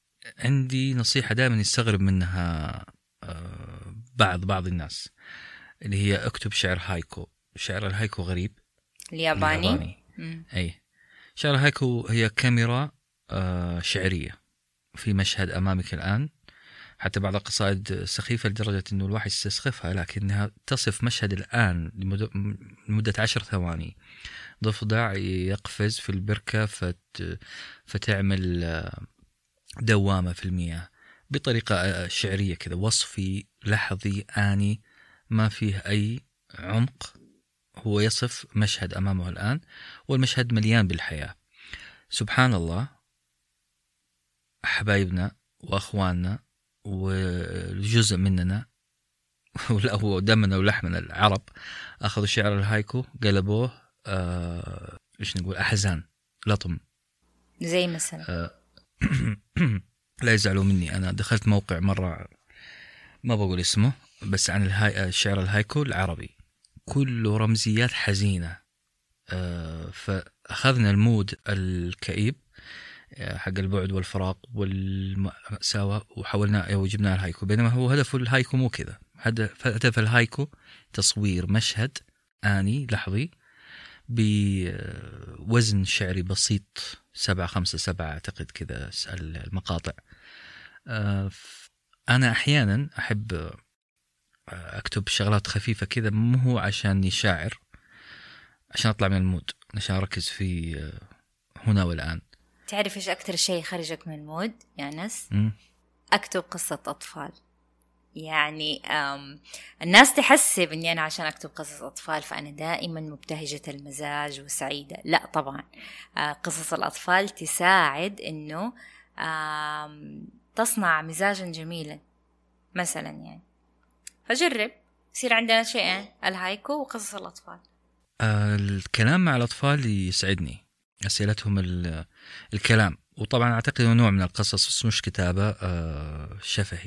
Speaker 2: عندي نصيحة دائما يستغرب منها بعض الناس، اللي هي اكتب شعر هايكو. شعر الهايكو غريب،
Speaker 1: الياباني.
Speaker 2: أي شعر الهايكو هي كاميرا شعرية في مشهد أمامك الآن. حتى بعض القصائد سخيفة لدرجة أنه الواحد يستسخفها، لكنها تصف مشهد الآن لمدة 10 ثواني. ضفدع يقفز في البركة فتعمل دوامة في المياه بطريقة شعرية كذا، وصفي لحظي آني ما فيه أي عمق. هو يصف مشهد أمامه الآن، والمشهد مليان بالحياة. سبحان الله، حبايبنا وأخواننا وجزء مننا هو دمنا ولحمنا العرب أخذوا شعر الهايكو قلبوه إيش نقول أحزان لطم.
Speaker 1: زي مثلا
Speaker 2: لا يزعلوا مني، أنا دخلت موقع مرة ما بقول اسمه بس عن الشعر الهايكو العربي كله رمزيات حزينة. فأخذنا المود الكئيب حق البعد والفراق والمأساة وحولنا وجبنا الهايكو، بينما هو هدف الهايكو مو كذا. هدف الهايكو تصوير مشهد آني لحظي بوزن شعري بسيط 7-5-7 أعتقد كذا المقاطع. أنا أحيانا أحب أكتب شغلات خفيفة كذا، مو هو عشاني شاعر، عشان أطلع من المود، عشان أركز في هنا والآن.
Speaker 1: تعرف إيش أكتر شيء خرجك من المود يا أنس؟ أكتب قصة أطفال. يعني الناس تحسب أني أنا عشان أكتب قصص أطفال فأنا دائما مبتهجة المزاج وسعيدة. لا طبعا، قصص الأطفال تساعد أنه تصنع مزاجا جميلا مثلا يعني. فجرب، يصير عندنا شيئين، الهايكو وقصص الأطفال.
Speaker 2: الكلام مع الأطفال يسعدني، أسئلتهم الكلام. وطبعا أعتقد أنه نوع من القصص بس مش كتابة شفهي.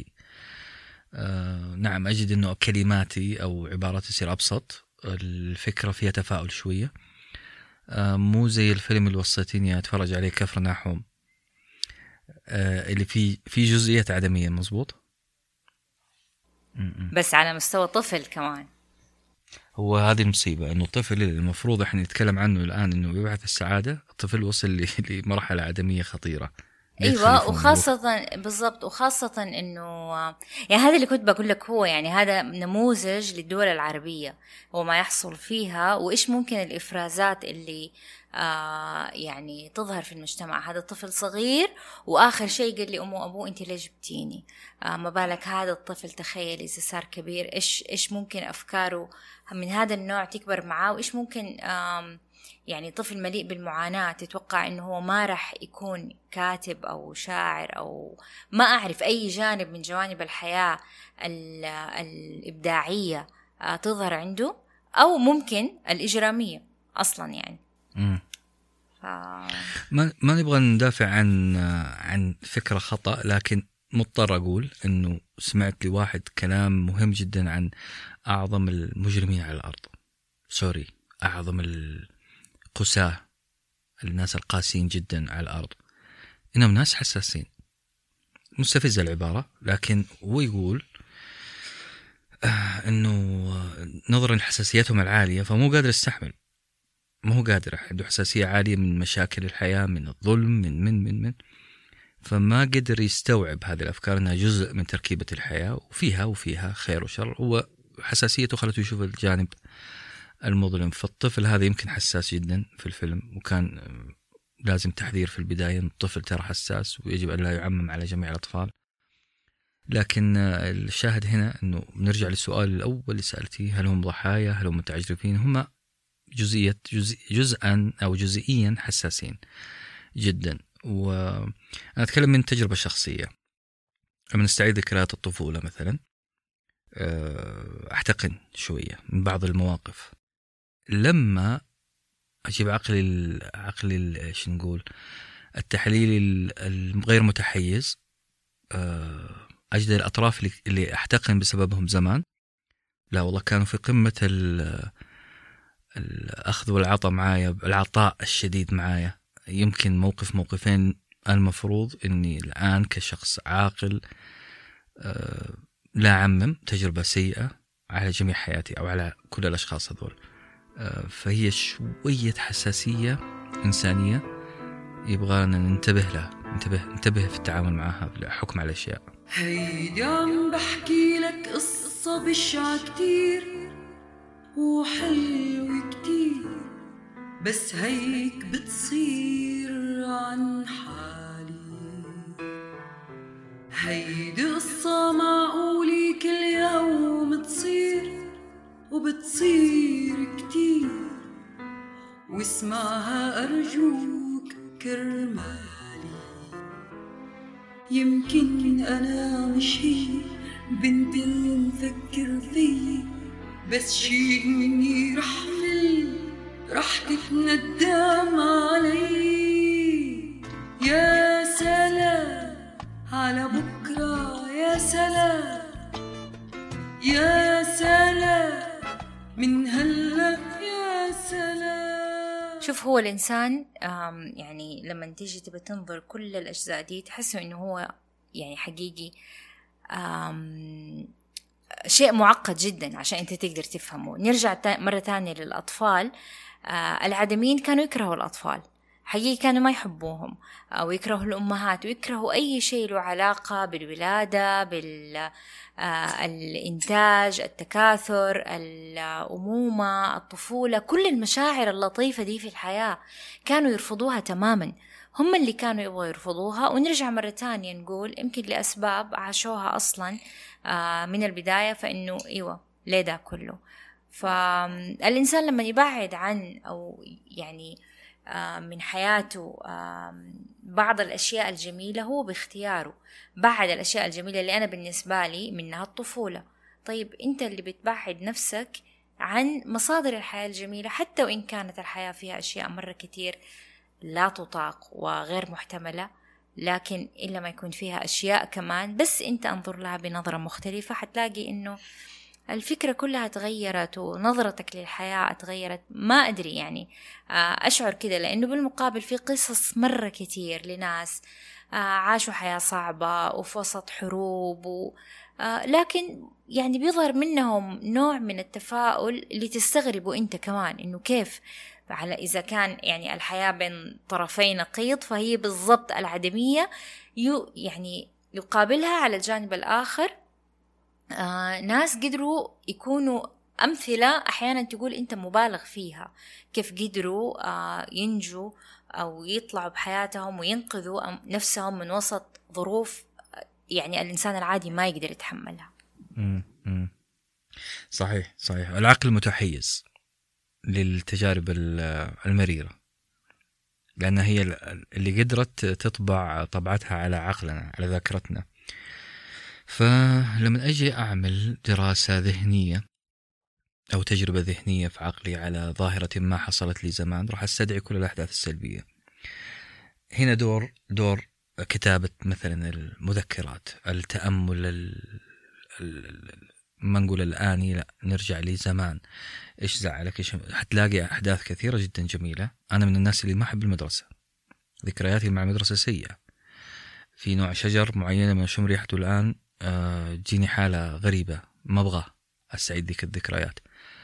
Speaker 2: نعم، أجد أنه كلماتي أو عباراتي تصير أبسط، الفكرة فيها تفاؤل شوية، مو زي الفيلم اللي وصيتيني أتفرج عليه كفر ناحوم اللي في جزئيات عدمية. مزبوط،
Speaker 1: بس على مستوى طفل كمان.
Speaker 2: هو هذه المصيبة، أنه الطفل المفروض إحنا نتكلم عنه الآن أنه يبحث السعادة، الطفل وصل لمرحلة عدمية خطيرة.
Speaker 1: ايوه، وخاصة بالضبط، وخاصة انه يعني هذا اللي كنت بقول لك، هو يعني هذا نموذج للدول العربية وما يحصل فيها، وايش ممكن الافرازات اللي يعني تظهر في المجتمع. هذا الطفل صغير واخر شيء قال لي امه وابوه انت ليش جبتيني، ما بالك هذا الطفل تخيل اذا صار كبير ايش ممكن افكاره من هذا النوع تكبر معاه، وايش ممكن يعني طفل مليء بالمعاناة تتوقع إنه هو ما رح يكون كاتب أو شاعر أو ما أعرف أي جانب من جوانب الحياة الإبداعية تظهر عنده، أو ممكن الإجرامية أصلا يعني.
Speaker 2: ما نبغى ندافع عن فكرة خطأ، لكن مضطر أقول إنه سمعت لي واحد كلام مهم جدا عن أعظم المجرمين على الأرض، سوري، أعظم قساة، الناس القاسين جدا على الأرض، إنهم ناس حساسين. مستفزة العبارة، لكن هو يقول إنه نظرا لحساسيتهم العالية فمو قادر يستحمل، ما هو قادر، عنده حساسية عالية من مشاكل الحياة، من الظلم، من فما قدر يستوعب هذه الأفكار أنها جزء من تركيبة الحياة وفيها خير وشر. هو حساسيته خلته يشوف الجانب المظلم. فالطفل هذا يمكن حساس جدا في الفيلم، وكان لازم تحذير في البداية أن الطفل ترى حساس ويجب أن لا يعمم على جميع الأطفال. لكن الشاهد هنا أنه نرجع للسؤال الأول اللي سألتيه، هل هم ضحايا، هل هم متعجرفين؟ هم جزءا أو جزئيا حساسين جدا. وأنا أتكلم من تجربة شخصية. لما نستعيد ذكريات الطفولة مثلا أحتقن شوية من بعض المواقف، لما أجيب عقلي إيش نقول التحليل الغير متحيز، أجد الأطراف اللي أحتقن بسببهم زمان لا والله كانوا في قمة الأخذ والعطاء معايا، العطاء الشديد معايا. يمكن موقفين المفروض أني الآن كشخص عاقل لا أعمم، تجربة سيئة على جميع حياتي أو على كل الأشخاص هذول. فهي شوية حساسية إنسانية يبغانا ننتبه لها، ننتبه في التعامل معها بالحكم على الأشياء.
Speaker 4: هيدي عم بحكي لك قصة بشعة كتير وحلوة كتير، بس هيك بتصير عن حالي. هيدي قصة معقولة كل يوم تصير وبتصير كتير، واسمعها أرجوك كرمالي. يمكن أنا مش هي بنت اللي مفكر فيه، بس شي مني رح تتندم علي. يا سلام على بكرة، يا سلام يا سلام من هلا، يا سلام.
Speaker 1: شوف، هو الإنسان يعني لما تيجي تبى تنظر كل الأجزاء دي تحسوا إنه هو يعني حقيقي شيء معقد جدا عشان أنت تقدر تفهمه. نرجع مرة تانية للأطفال. العدميين كانوا يكرهوا الأطفال حقيقي، كانوا ما يحبوهم أو يكرهوا الأمهات ويكرهوا أي شيء له علاقة بالولادة، بالإنتاج، التكاثر، الأمومة، الطفولة، كل المشاعر اللطيفة دي في الحياة كانوا يرفضوها تماما. هم اللي كانوا يبغوا يرفضوها. ونرجع مرة تانية نقول يمكن لأسباب عاشوها أصلا من البداية، فإنه إيوه ليه ده كله. فالإنسان لما يبعد عن أو يعني من حياته بعض الأشياء الجميلة هو باختياره. بعد الأشياء الجميلة اللي أنا بالنسبة لي منها الطفولة. طيب أنت اللي بتبعد نفسك عن مصادر الحياة الجميلة، حتى وإن كانت الحياة فيها أشياء مرة كتير لا تطاق وغير محتملة، لكن إلا ما يكون فيها أشياء كمان بس أنت أنظر لها بنظرة مختلفة، حتلاقي إنه الفكرة كلها تغيرت ونظرتك للحياة تغيرت. ما أدري يعني أشعر كده، لأنه بالمقابل في قصص مرة كتير لناس عاشوا حياة صعبة وفي وسط حروب لكن يعني بيظهر منهم نوع من التفاؤل اللي تستغربوا أنت كمان إنه كيف على إذا كان يعني الحياة بين طرفي نقيض، فهي بالضبط العدمية يعني يقابلها على الجانب الآخر ناس قدروا يكونوا أمثلة أحيانا تقول أنت مبالغ فيها، كيف قدروا ينجوا أو يطلعوا بحياتهم وينقذوا نفسهم من وسط ظروف يعني الإنسان العادي ما يقدر يتحملها.
Speaker 2: صحيح. العقل متحيز للتجارب المريرة، لأنها هي اللي قدرت تطبع طبعتها على عقلنا، على ذاكرتنا. فلما أجي أعمل دراسة ذهنية أو تجربة ذهنية في عقلي على ظاهرة ما حصلت لي زمان، راح أستدعي كل الأحداث السلبية. هنا دور كتابة مثلا المذكرات، التأمل، ما نقول الآني، لا نرجع لي زمان، إيش زعلك، إيش. حتلاقي أحداث كثيرة جدا جميلة. أنا من الناس اللي ما أحب المدرسة، ذكرياتي مع المدرسة سيئة. في نوع شجر معينة من شم ريحته الآن جيني حالة غريبة، ما أبغى أستعيد ذيك الذكريات.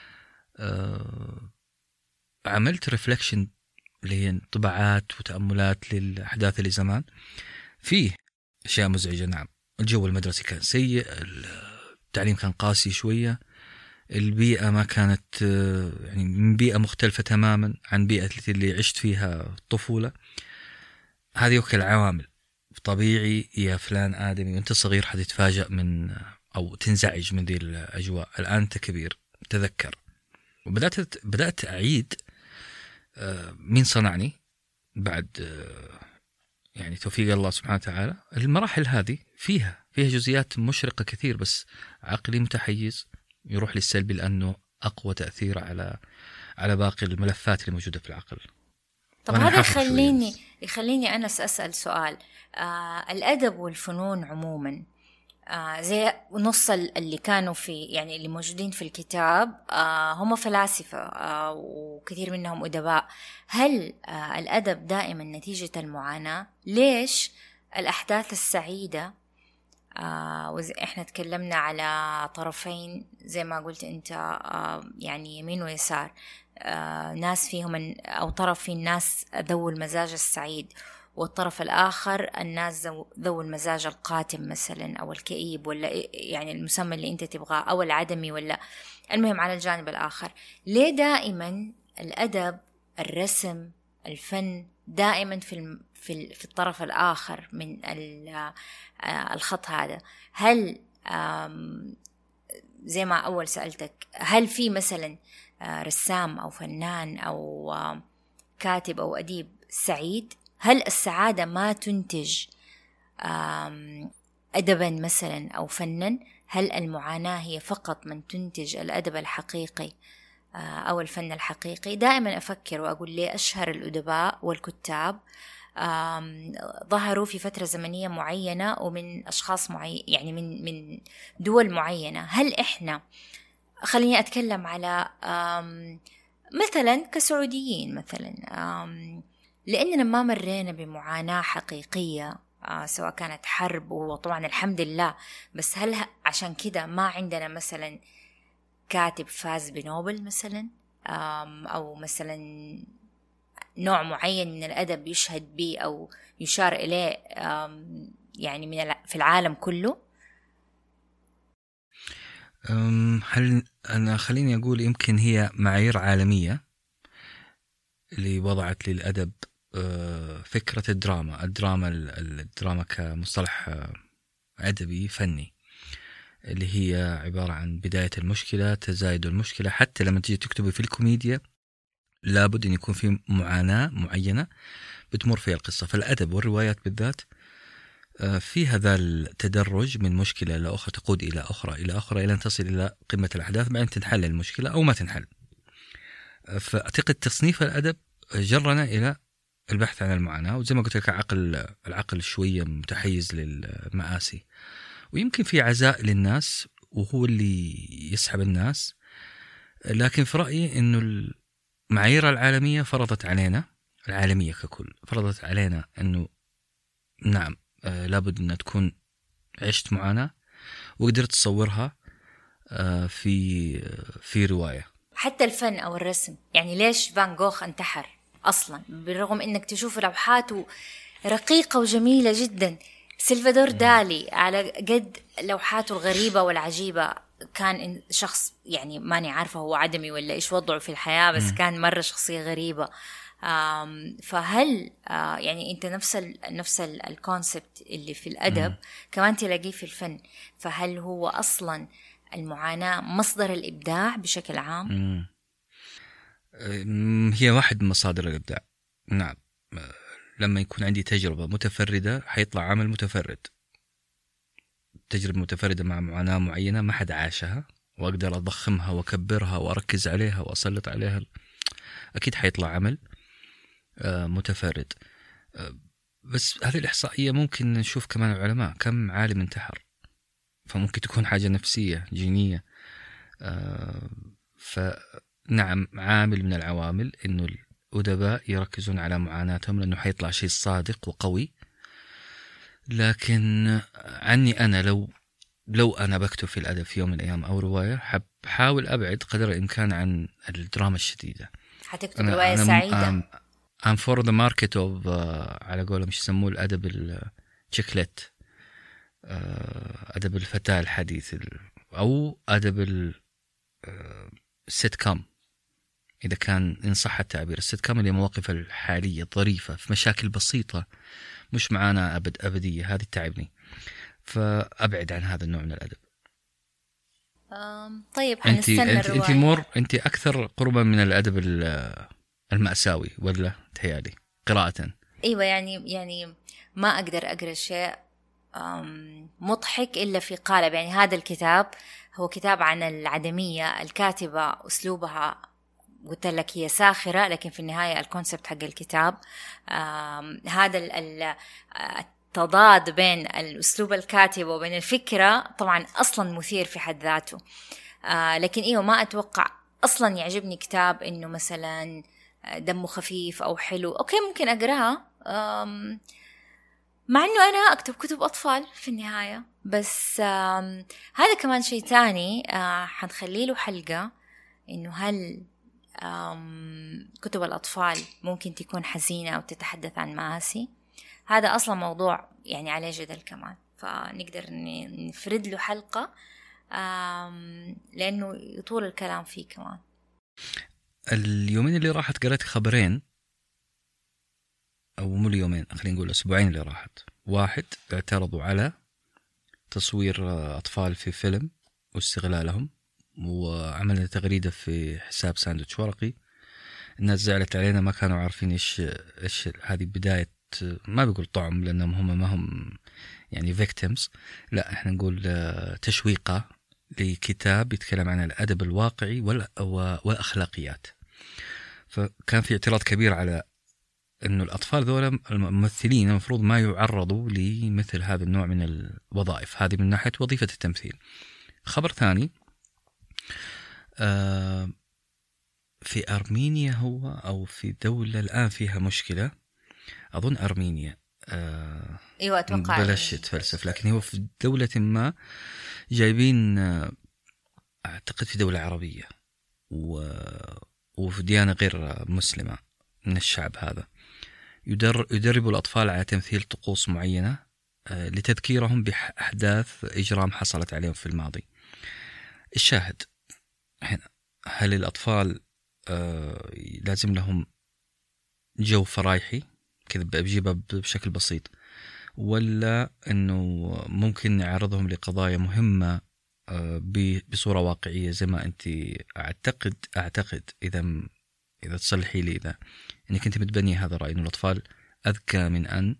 Speaker 2: عملت ريفلكشن اللي هي انطباعات وتأملات للأحداث اللي زمان. فيه أشياء مزعجة، نعم. الجو المدرسي كان سيء، التعليم كان قاسي شوية، البيئة ما كانت يعني من بيئة مختلفة تماما عن بيئة اللي عشت فيها الطفولة. هذه وكل عوامل طبيعي يا فلان آدمي وانت صغير حتتفاجأ من أو تنزعج من ذي الأجواء. الآن أنت كبير تذكر. وبدأت أعيد مين صنعني بعد يعني توفيق الله سبحانه وتعالى. المراحل هذه فيها جزئيات مشرقة كثير، بس عقلي متحيز يروح للسلبي لأنه أقوى تأثير على باقي الملفات اللي موجودة في العقل.
Speaker 1: طب هذا يخليني أنا أسأل سؤال. الأدب والفنون عموما زي نص اللي كانوا في يعني اللي موجودين في الكتاب هم فلاسفة وكثير منهم أدباء. هل الأدب دائما نتيجة المعاناة؟ ليش الأحداث السعيدة إحنا تكلمنا على طرفين زي ما قلت أنت، يعني يمين ويسار، ناس فيهم أو طرف في الناس ذو المزاج السعيد، والطرف الآخر الناس ذو المزاج القاتم مثلا أو الكئيب، ولا يعني المسمى اللي أنت تبغاه، أو العدمي، ولا المهم على الجانب الآخر. ليه دائما الأدب، الرسم، الفن دائما في الطرف الآخر من الخط هذا؟ هل زي ما أول سألتك، هل في مثلا رسام أو فنان أو كاتب أو أديب سعيد؟ هل السعادة ما تنتج أدبا مثلا أو فنا؟ هل المعاناة هي فقط من تنتج الأدب الحقيقي أو الفن الحقيقي؟ دائما أفكر وأقول لي أشهر الأدباء والكتاب ظهروا في فترة زمنية معينة ومن أشخاص يعني من دول معينة. هل إحنا، خليني أتكلم على مثلا كسعوديين مثلا، لأننا ما مرينا بمعاناة حقيقية، سواء كانت حرب، وطبعا الحمد لله، بس هل عشان كده ما عندنا مثلا كاتب فاز بنوبل مثلا، أو مثلا نوع معين من الأدب يشهد به أو يشار إليه يعني في العالم كله؟
Speaker 2: هل أنا خليني أقول يمكن هي معايير عالمية اللي وضعت للأدب فكرة الدراما كمصطلح أدبي فني، اللي هي عبارة عن بداية المشكلة، تزايد المشكلة. حتى لما تيجي تكتبي في الكوميديا لابد أن يكون في معاناة معينة بتمر فيها القصة. فالأدب والروايات بالذات في هذا التدرج من مشكلة إلى أخرى، تقود إلى أخرى إلى أخرى، إلى أن تصل إلى قمة الأحداث، بعدين تنحل المشكلة أو ما تنحل. فأعتقد تصنيف الأدب جرنا إلى البحث عن المعاناة، وزي ما قلت لك العقل شوية متحيز للمآسي، ويمكن في عزاء للناس وهو اللي يسحب الناس. لكن في رأيي إنه المعايير العالمية فرضت علينا، العالمية ككل فرضت علينا إنه نعم لابد أن تكون عشت معاناة وقدرت تصورها في رواية.
Speaker 1: حتى الفن أو الرسم، يعني ليش فان جوخ انتحر أصلا بالرغم إنك تشوف لوحاته رقيقة وجميلة جدا؟ سلفادور دالي على قد لوحاته الغريبة والعجيبة كان شخص، يعني ماني عارفة هو عدمي ولا إيش وضعه في الحياة، بس كان مرة شخصية غريبة. فهل يعني أنت نفس الكونسبت اللي في الأدب كمان تلاقيه في الفن؟ فهل هو أصلا المعاناة مصدر الإبداع بشكل عام؟
Speaker 2: هي واحد من مصادر الإبداع، نعم. لما يكون عندي تجربة متفردة حيطلع عمل متفرد، تجربة متفردة مع معاناة معينة ما حد عاشها، وأقدر أضخمها وأكبرها وأركز عليها وأسلط عليها، أكيد حيطلع عمل متفرد. بس هذه الإحصائية ممكن نشوف كمان العلماء كم عالم انتحر، فممكن تكون حاجة نفسية جينية. فنعم عامل من العوامل إنه الأدباء يركزون على معاناتهم لأنه حيطلع شيء صادق وقوي. لكن عني أنا لو أنا بكتب في الأدب في يوم من الأيام أو رواية، حاول أبعد قدر الإمكان عن الدراما الشديدة.
Speaker 1: حتكتب رواية سعيدة.
Speaker 2: I'm for the market of على قولهم مش يسموه الأدب الشكلت، أدب الفتاة الحديث، أو أدب السيت كام، إذا كان إن صح التعبير. السيت كام اللي مواقف الحالية الظريفة في مشاكل بسيطة، مش معانا أبدية، هذه تعبني، فأبعد عن هذا النوع من الأدب.
Speaker 1: طيب حنستنى الرواية.
Speaker 2: أنت أكثر قربا من الأدب المأساوي ولا تهيالي قراءة؟
Speaker 1: أيوة، يعني ما أقدر أقرأ شيء مضحك إلا في قالب. يعني هذا الكتاب هو كتاب عن العدمية، الكاتبة أسلوبها قلت لك هي ساخرة، لكن في النهاية الكونسبت حق الكتاب هذا التضاد بين الأسلوب الكاتب وبين الفكرة طبعا أصلا مثير في حد ذاته. لكن إيوه ما أتوقع أصلا يعجبني كتاب إنه مثلا دمه خفيف أو حلو. أوكي ممكن أقرأها مع أنه أنا أكتب كتب أطفال في النهاية، بس هذا كمان شيء تاني حنخلي له حلقة، إنه هل كتب الأطفال ممكن تكون حزينة أو تتحدث عن مآسي؟ هذا أصلا موضوع يعني عليه جدل كمان، فنقدر نفرد له حلقة لأنه يطول الكلام فيه كمان.
Speaker 2: اليومين اللي راحت قرأت خبرين، أو مو اليومين، خلينا نقول الأسبوعين اللي راحت. واحد، اعترضوا على تصوير أطفال في فيلم واستغلالهم، وعملنا تغريدة في حساب ساندويتش ورقي. الناس زعلت علينا، ما كانوا عارفين إيش هذه بداية، ما بيقول طعم لأنهم هم ما هم يعني victims، لا إحنا نقول تشويقة لكتاب يتكلم عن الأدب الواقعي والأخلاقيات. فكان في اعتراض كبير على إنه الأطفال ذولا الممثلين المفروض ما يعرضوا لمثل هذا النوع من الوظائف، هذه من ناحية وظيفة التمثيل. خبر ثاني، في أرمينيا هو أو في دولة الآن فيها مشكلة، أظن أرمينيا،
Speaker 1: أيوة أتوقع،
Speaker 2: بلاش تفلسف، لكن هو في دولة ما جايبين أعتقد في دولة عربية وفي ديانة غير مسلمة من الشعب هذا، يدربوا الأطفال على تمثيل طقوس معينة لتذكيرهم بأحداث إجرام حصلت عليهم في الماضي. الشاهد هنا، هل الأطفال لازم لهم جو فرايحي كذا بجيبها بشكل بسيط، ولا أنه ممكن نعرضهم لقضايا مهمة بصورة واقعية زي ما أنت أعتقد إذا تصلحي لي إذا أنك أنت متبني هذا الرأي، أنه الأطفال أذكى من أن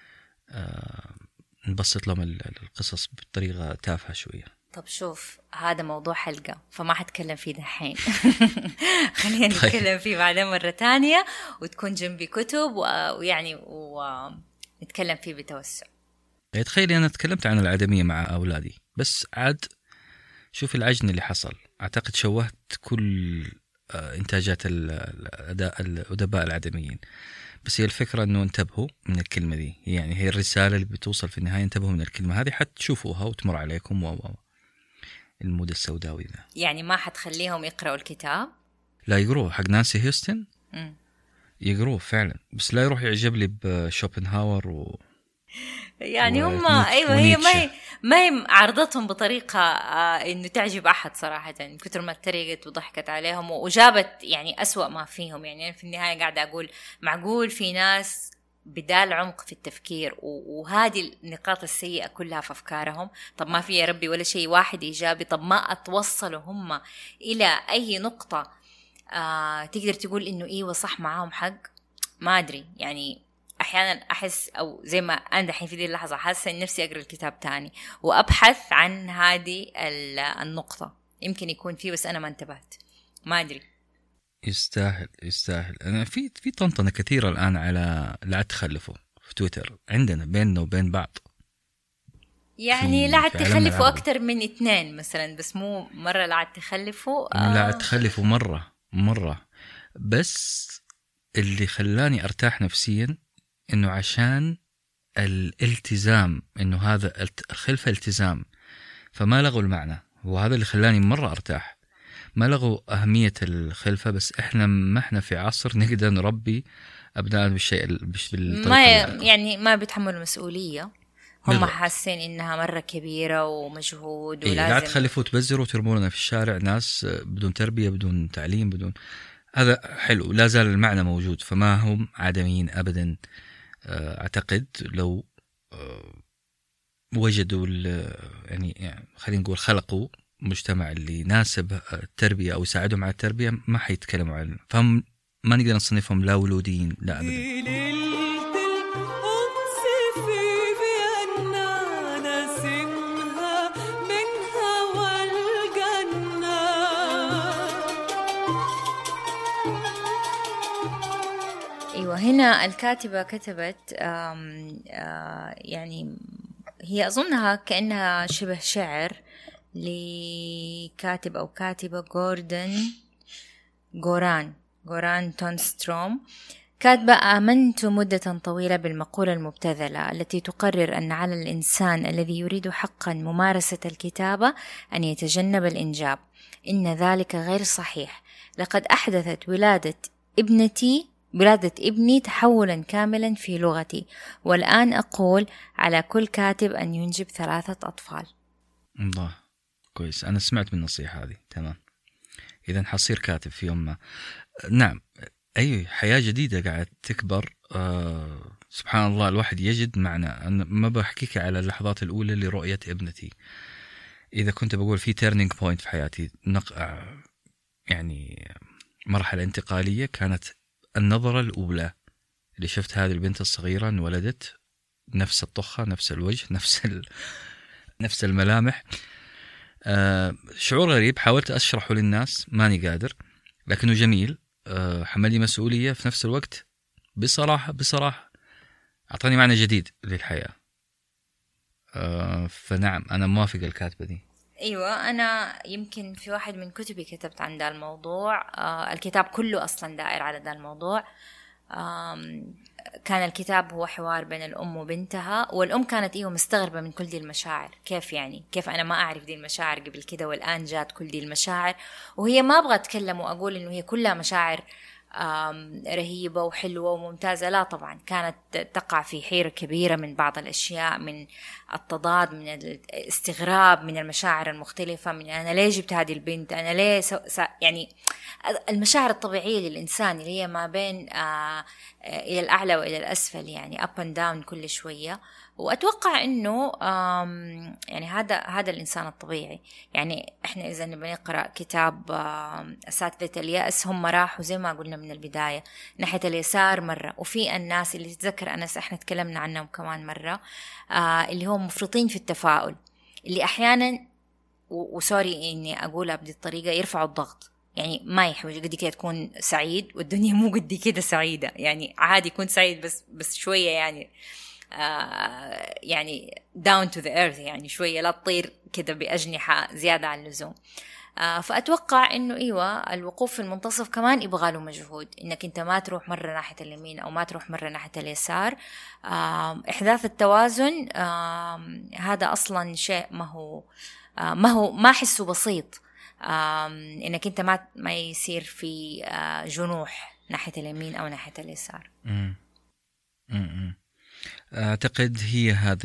Speaker 2: نبسط لهم القصص بطريقة تافهة شوية.
Speaker 1: طب شوف، هذا موضوع حلقة فما حتكلم فيه دحين. خلينا نتكلم فيه بعدين مرة تانية، وتكون جنبي كتب ويعني ونتكلم فيه بتوسع.
Speaker 2: تخيلي أنا تكلمت عن العدمية مع أولادي، بس عاد شوف العجن اللي حصل. أعتقد شوهت كل إنتاجات الأدباء العدميين، بس هي الفكرة أنه انتبهوا من الكلمة دي، يعني هي الرسالة اللي بتوصل في النهاية، انتبهوا من الكلمة هذه حتشوفوها وتمر عليكم المود السوداوي ذا.
Speaker 1: يعني ما حتخليهم يقرأوا الكتاب؟
Speaker 2: لا، يقروه حق نانسي هيوستن، يقروه فعلا، بس لا يروح يعجب لي بشوبنهاور
Speaker 1: يعني هم ايوه، هي ما هي عرضتهم بطريقه انه تعجب احد صراحه، يعني كثر ما تريقت وضحكت عليهم وجابت يعني أسوأ ما فيهم. يعني في النهايه قاعده اقول معقول في ناس بدال عمق في التفكير وهذه النقاط السيئه كلها في افكارهم؟ طب ما في يا ربي ولا شيء واحد ايجابي؟ طب ما اتوصلوا هم الى اي نقطه تقدر تقول انه ايوه صح معاهم حق؟ ما ادري، يعني أحيانا أحس أو زي ما أنا دحين في دي اللحظة حاسة إن نفسي أقرأ الكتاب تاني وأبحث عن هذه النقطة، يمكن يكون فيه بس أنا ما انتبهت، ما أدري.
Speaker 2: يستاهل. أنا في طنطنة كثيرة الآن على لا تخلفوا في تويتر عندنا بيننا وبين بعض،
Speaker 1: يعني لا تخلفوا أكتر من 2 مثلا، بس مو مرة لا تخلفوا
Speaker 2: لا تخلفوا مرة. بس اللي خلاني أرتاح نفسيا إنه عشان الالتزام، إنه هذا الخلفة التزام، فما لغوا المعنى، وهذا اللي خلاني مرة أرتاح. ما لغوا أهمية الخلفة، بس إحنا ما إحنا في عصر نقدر نربي أبناء بالطريقة
Speaker 1: ما يعني ما بيتحملوا مسؤولية، هم حاسين إنها مرة كبيرة ومجهود ولازم
Speaker 2: لا تخلفوا تبذروا وترمونا في الشارع ناس بدون تربية بدون تعليم بدون هذا. حلو، لا زال المعنى موجود، فما هم عدميين أبدا. أعتقد لو وجدوا يعني خلينا نقول خلقوا مجتمع اللي يناسب التربية أو يساعدهم على التربية، ما حيتكلموا عنه، فهم ما نقدر نصنفهم لا ولوديين لا أبدا.
Speaker 1: هنا الكاتبة كتبت يعني هي أظنها كأنها شبه شعر لكاتب أو كاتبة غوران تونستروم. كاتبة: آمنت مدة طويلة بالمقولة المبتذلة التي تقرر أن على الإنسان الذي يريد حقا ممارسة الكتابة أن يتجنب الإنجاب. إن ذلك غير صحيح. لقد أحدثت ولادة ابني تحولا كاملا في لغتي، والآن أقول على كل كاتب أن ينجب 3 أطفال.
Speaker 2: الله، كويس. أنا سمعت من النصيحة هذه. تمام، إذا حصير كاتب في يوم ما. نعم، أي حياة جديدة قاعد تكبر. سبحان الله، الواحد يجد معنى. أنا ما بحكيك على اللحظات الأولى لرؤية ابنتي. إذا كنت بقول في تيرنينج بوينت في حياتي، يعني مرحلة انتقالية، كانت النظرة الأولى اللي شفت هذه البنت الصغيرة انولدت، نفس الطخة، نفس الوجه، نفس الملامح. شعور غريب، حاولت أشرحه للناس، ماني قادر، لكنه جميل. حملي مسؤولية في نفس الوقت. بصراحة أعطاني معنى جديد للحياة. فنعم، أنا موافق الكاتبة دي.
Speaker 1: أيوة، أنا يمكن في واحد من كتبي كتبت عن ده الموضوع. الكتاب كله أصلا دائر على ده الموضوع. كان الكتاب هو حوار بين الأم وبنتها، والأم كانت مستغربة من كل دي المشاعر. كيف أنا ما أعرف دي المشاعر قبل كده، والآن جات كل دي المشاعر، وهي ما أبغى أتكلم وأقول إنه هي كلها مشاعر رهيبة وحلوة وممتازة. لا طبعا، كانت تقع في حيرة كبيرة من بعض الأشياء، من التضاد، من الاستغراب من المشاعر المختلفة، من أنا ليه جبت هذه البنت، أنا ليه يعني المشاعر الطبيعية للإنسان اللي هي ما بين إلى الأعلى وإلى الأسفل، يعني up and down كل شوية. وأتوقع إنه يعني هذا الإنسان الطبيعي. يعني إحنا إذا نبغى نقرأ كتاب أساتذة اليأس، هم راحوا زي ما قلنا من البداية ناحية اليسار مرة، وفي الناس اللي تتذكر أنس إحنا تكلمنا عنهم كمان مرة، اللي هم مفرطين في التفاؤل، اللي أحيانا وسوري إني أقولها بهذه الطريقة يرفعوا الضغط. يعني ما يحوج قد كده تكون سعيد والدنيا مو قد كده سعيدة، يعني عادي يكون سعيد بس شوية يعني down to the earth، يعني شوية لا تطير كده بأجنحة زيادة عن اللزوم. فأتوقع إنه الوقوف في المنتصف كمان يبغى له مجهود، إنك أنت ما تروح مرة ناحية اليمين أو ما تروح مرة ناحية اليسار. إحداث التوازن هذا أصلا شيء ما أحسه بسيط. إنك أنت ما يصير في جنوح ناحية اليمين أو ناحية اليسار.
Speaker 2: أعتقد هي هذه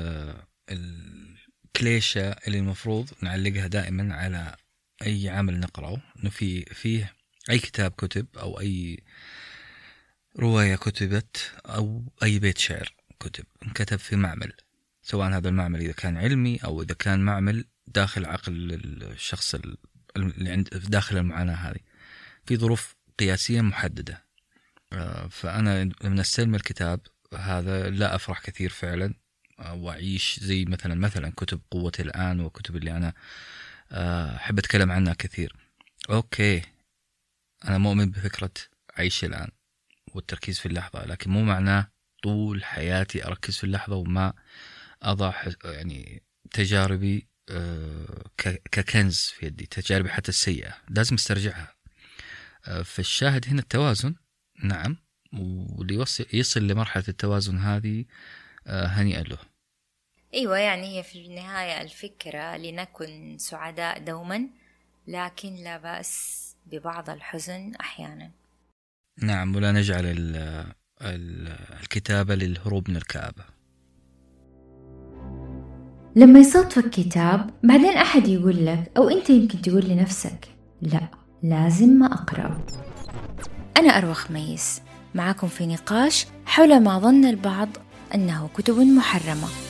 Speaker 2: الكليشة اللي المفروض نعلقها دائما على أي عمل نقرأه، إنه فيه أي كتاب كتب أو أي رواية كتبت أو أي بيت شعر كتب في معمل، سواء هذا المعمل إذا كان علمي أو إذا كان معمل داخل عقل الشخص اللي داخل المعاناة هذه، في ظروف قياسية محددة. فأنا لما استلم الكتاب هذا لا أفرح كثير فعلا، وأعيش زي مثلا كتب قوة الآن، وكتب اللي أنا أحب أتكلم عنها كثير. أوكي، أنا مؤمن بفكرة عيش الآن والتركيز في اللحظة، لكن مو معناه طول حياتي أركز في اللحظة وما أضع يعني تجاربي ككنز في يدي. تجاربي حتى السيئة لازم استرجعها. فالشاهد هنا التوازن. نعم، واللي يصل لمرحلة التوازن هذه هنيئا له.
Speaker 1: أيوة، يعني هي في النهاية الفكرة لنكن سعداء دوما، لكن لا بأس ببعض الحزن أحيانا.
Speaker 2: نعم، ولا نجعل الكتابة للهروب من الكآبة.
Speaker 1: لما يصادفك كتاب بعدين أحد يقول لك، أو أنت يمكن تقول لنفسك لا لازم ما أقرأ. أنا أروى خميس معكم في نقاش حول ما ظن البعض أنه كتب محرمة.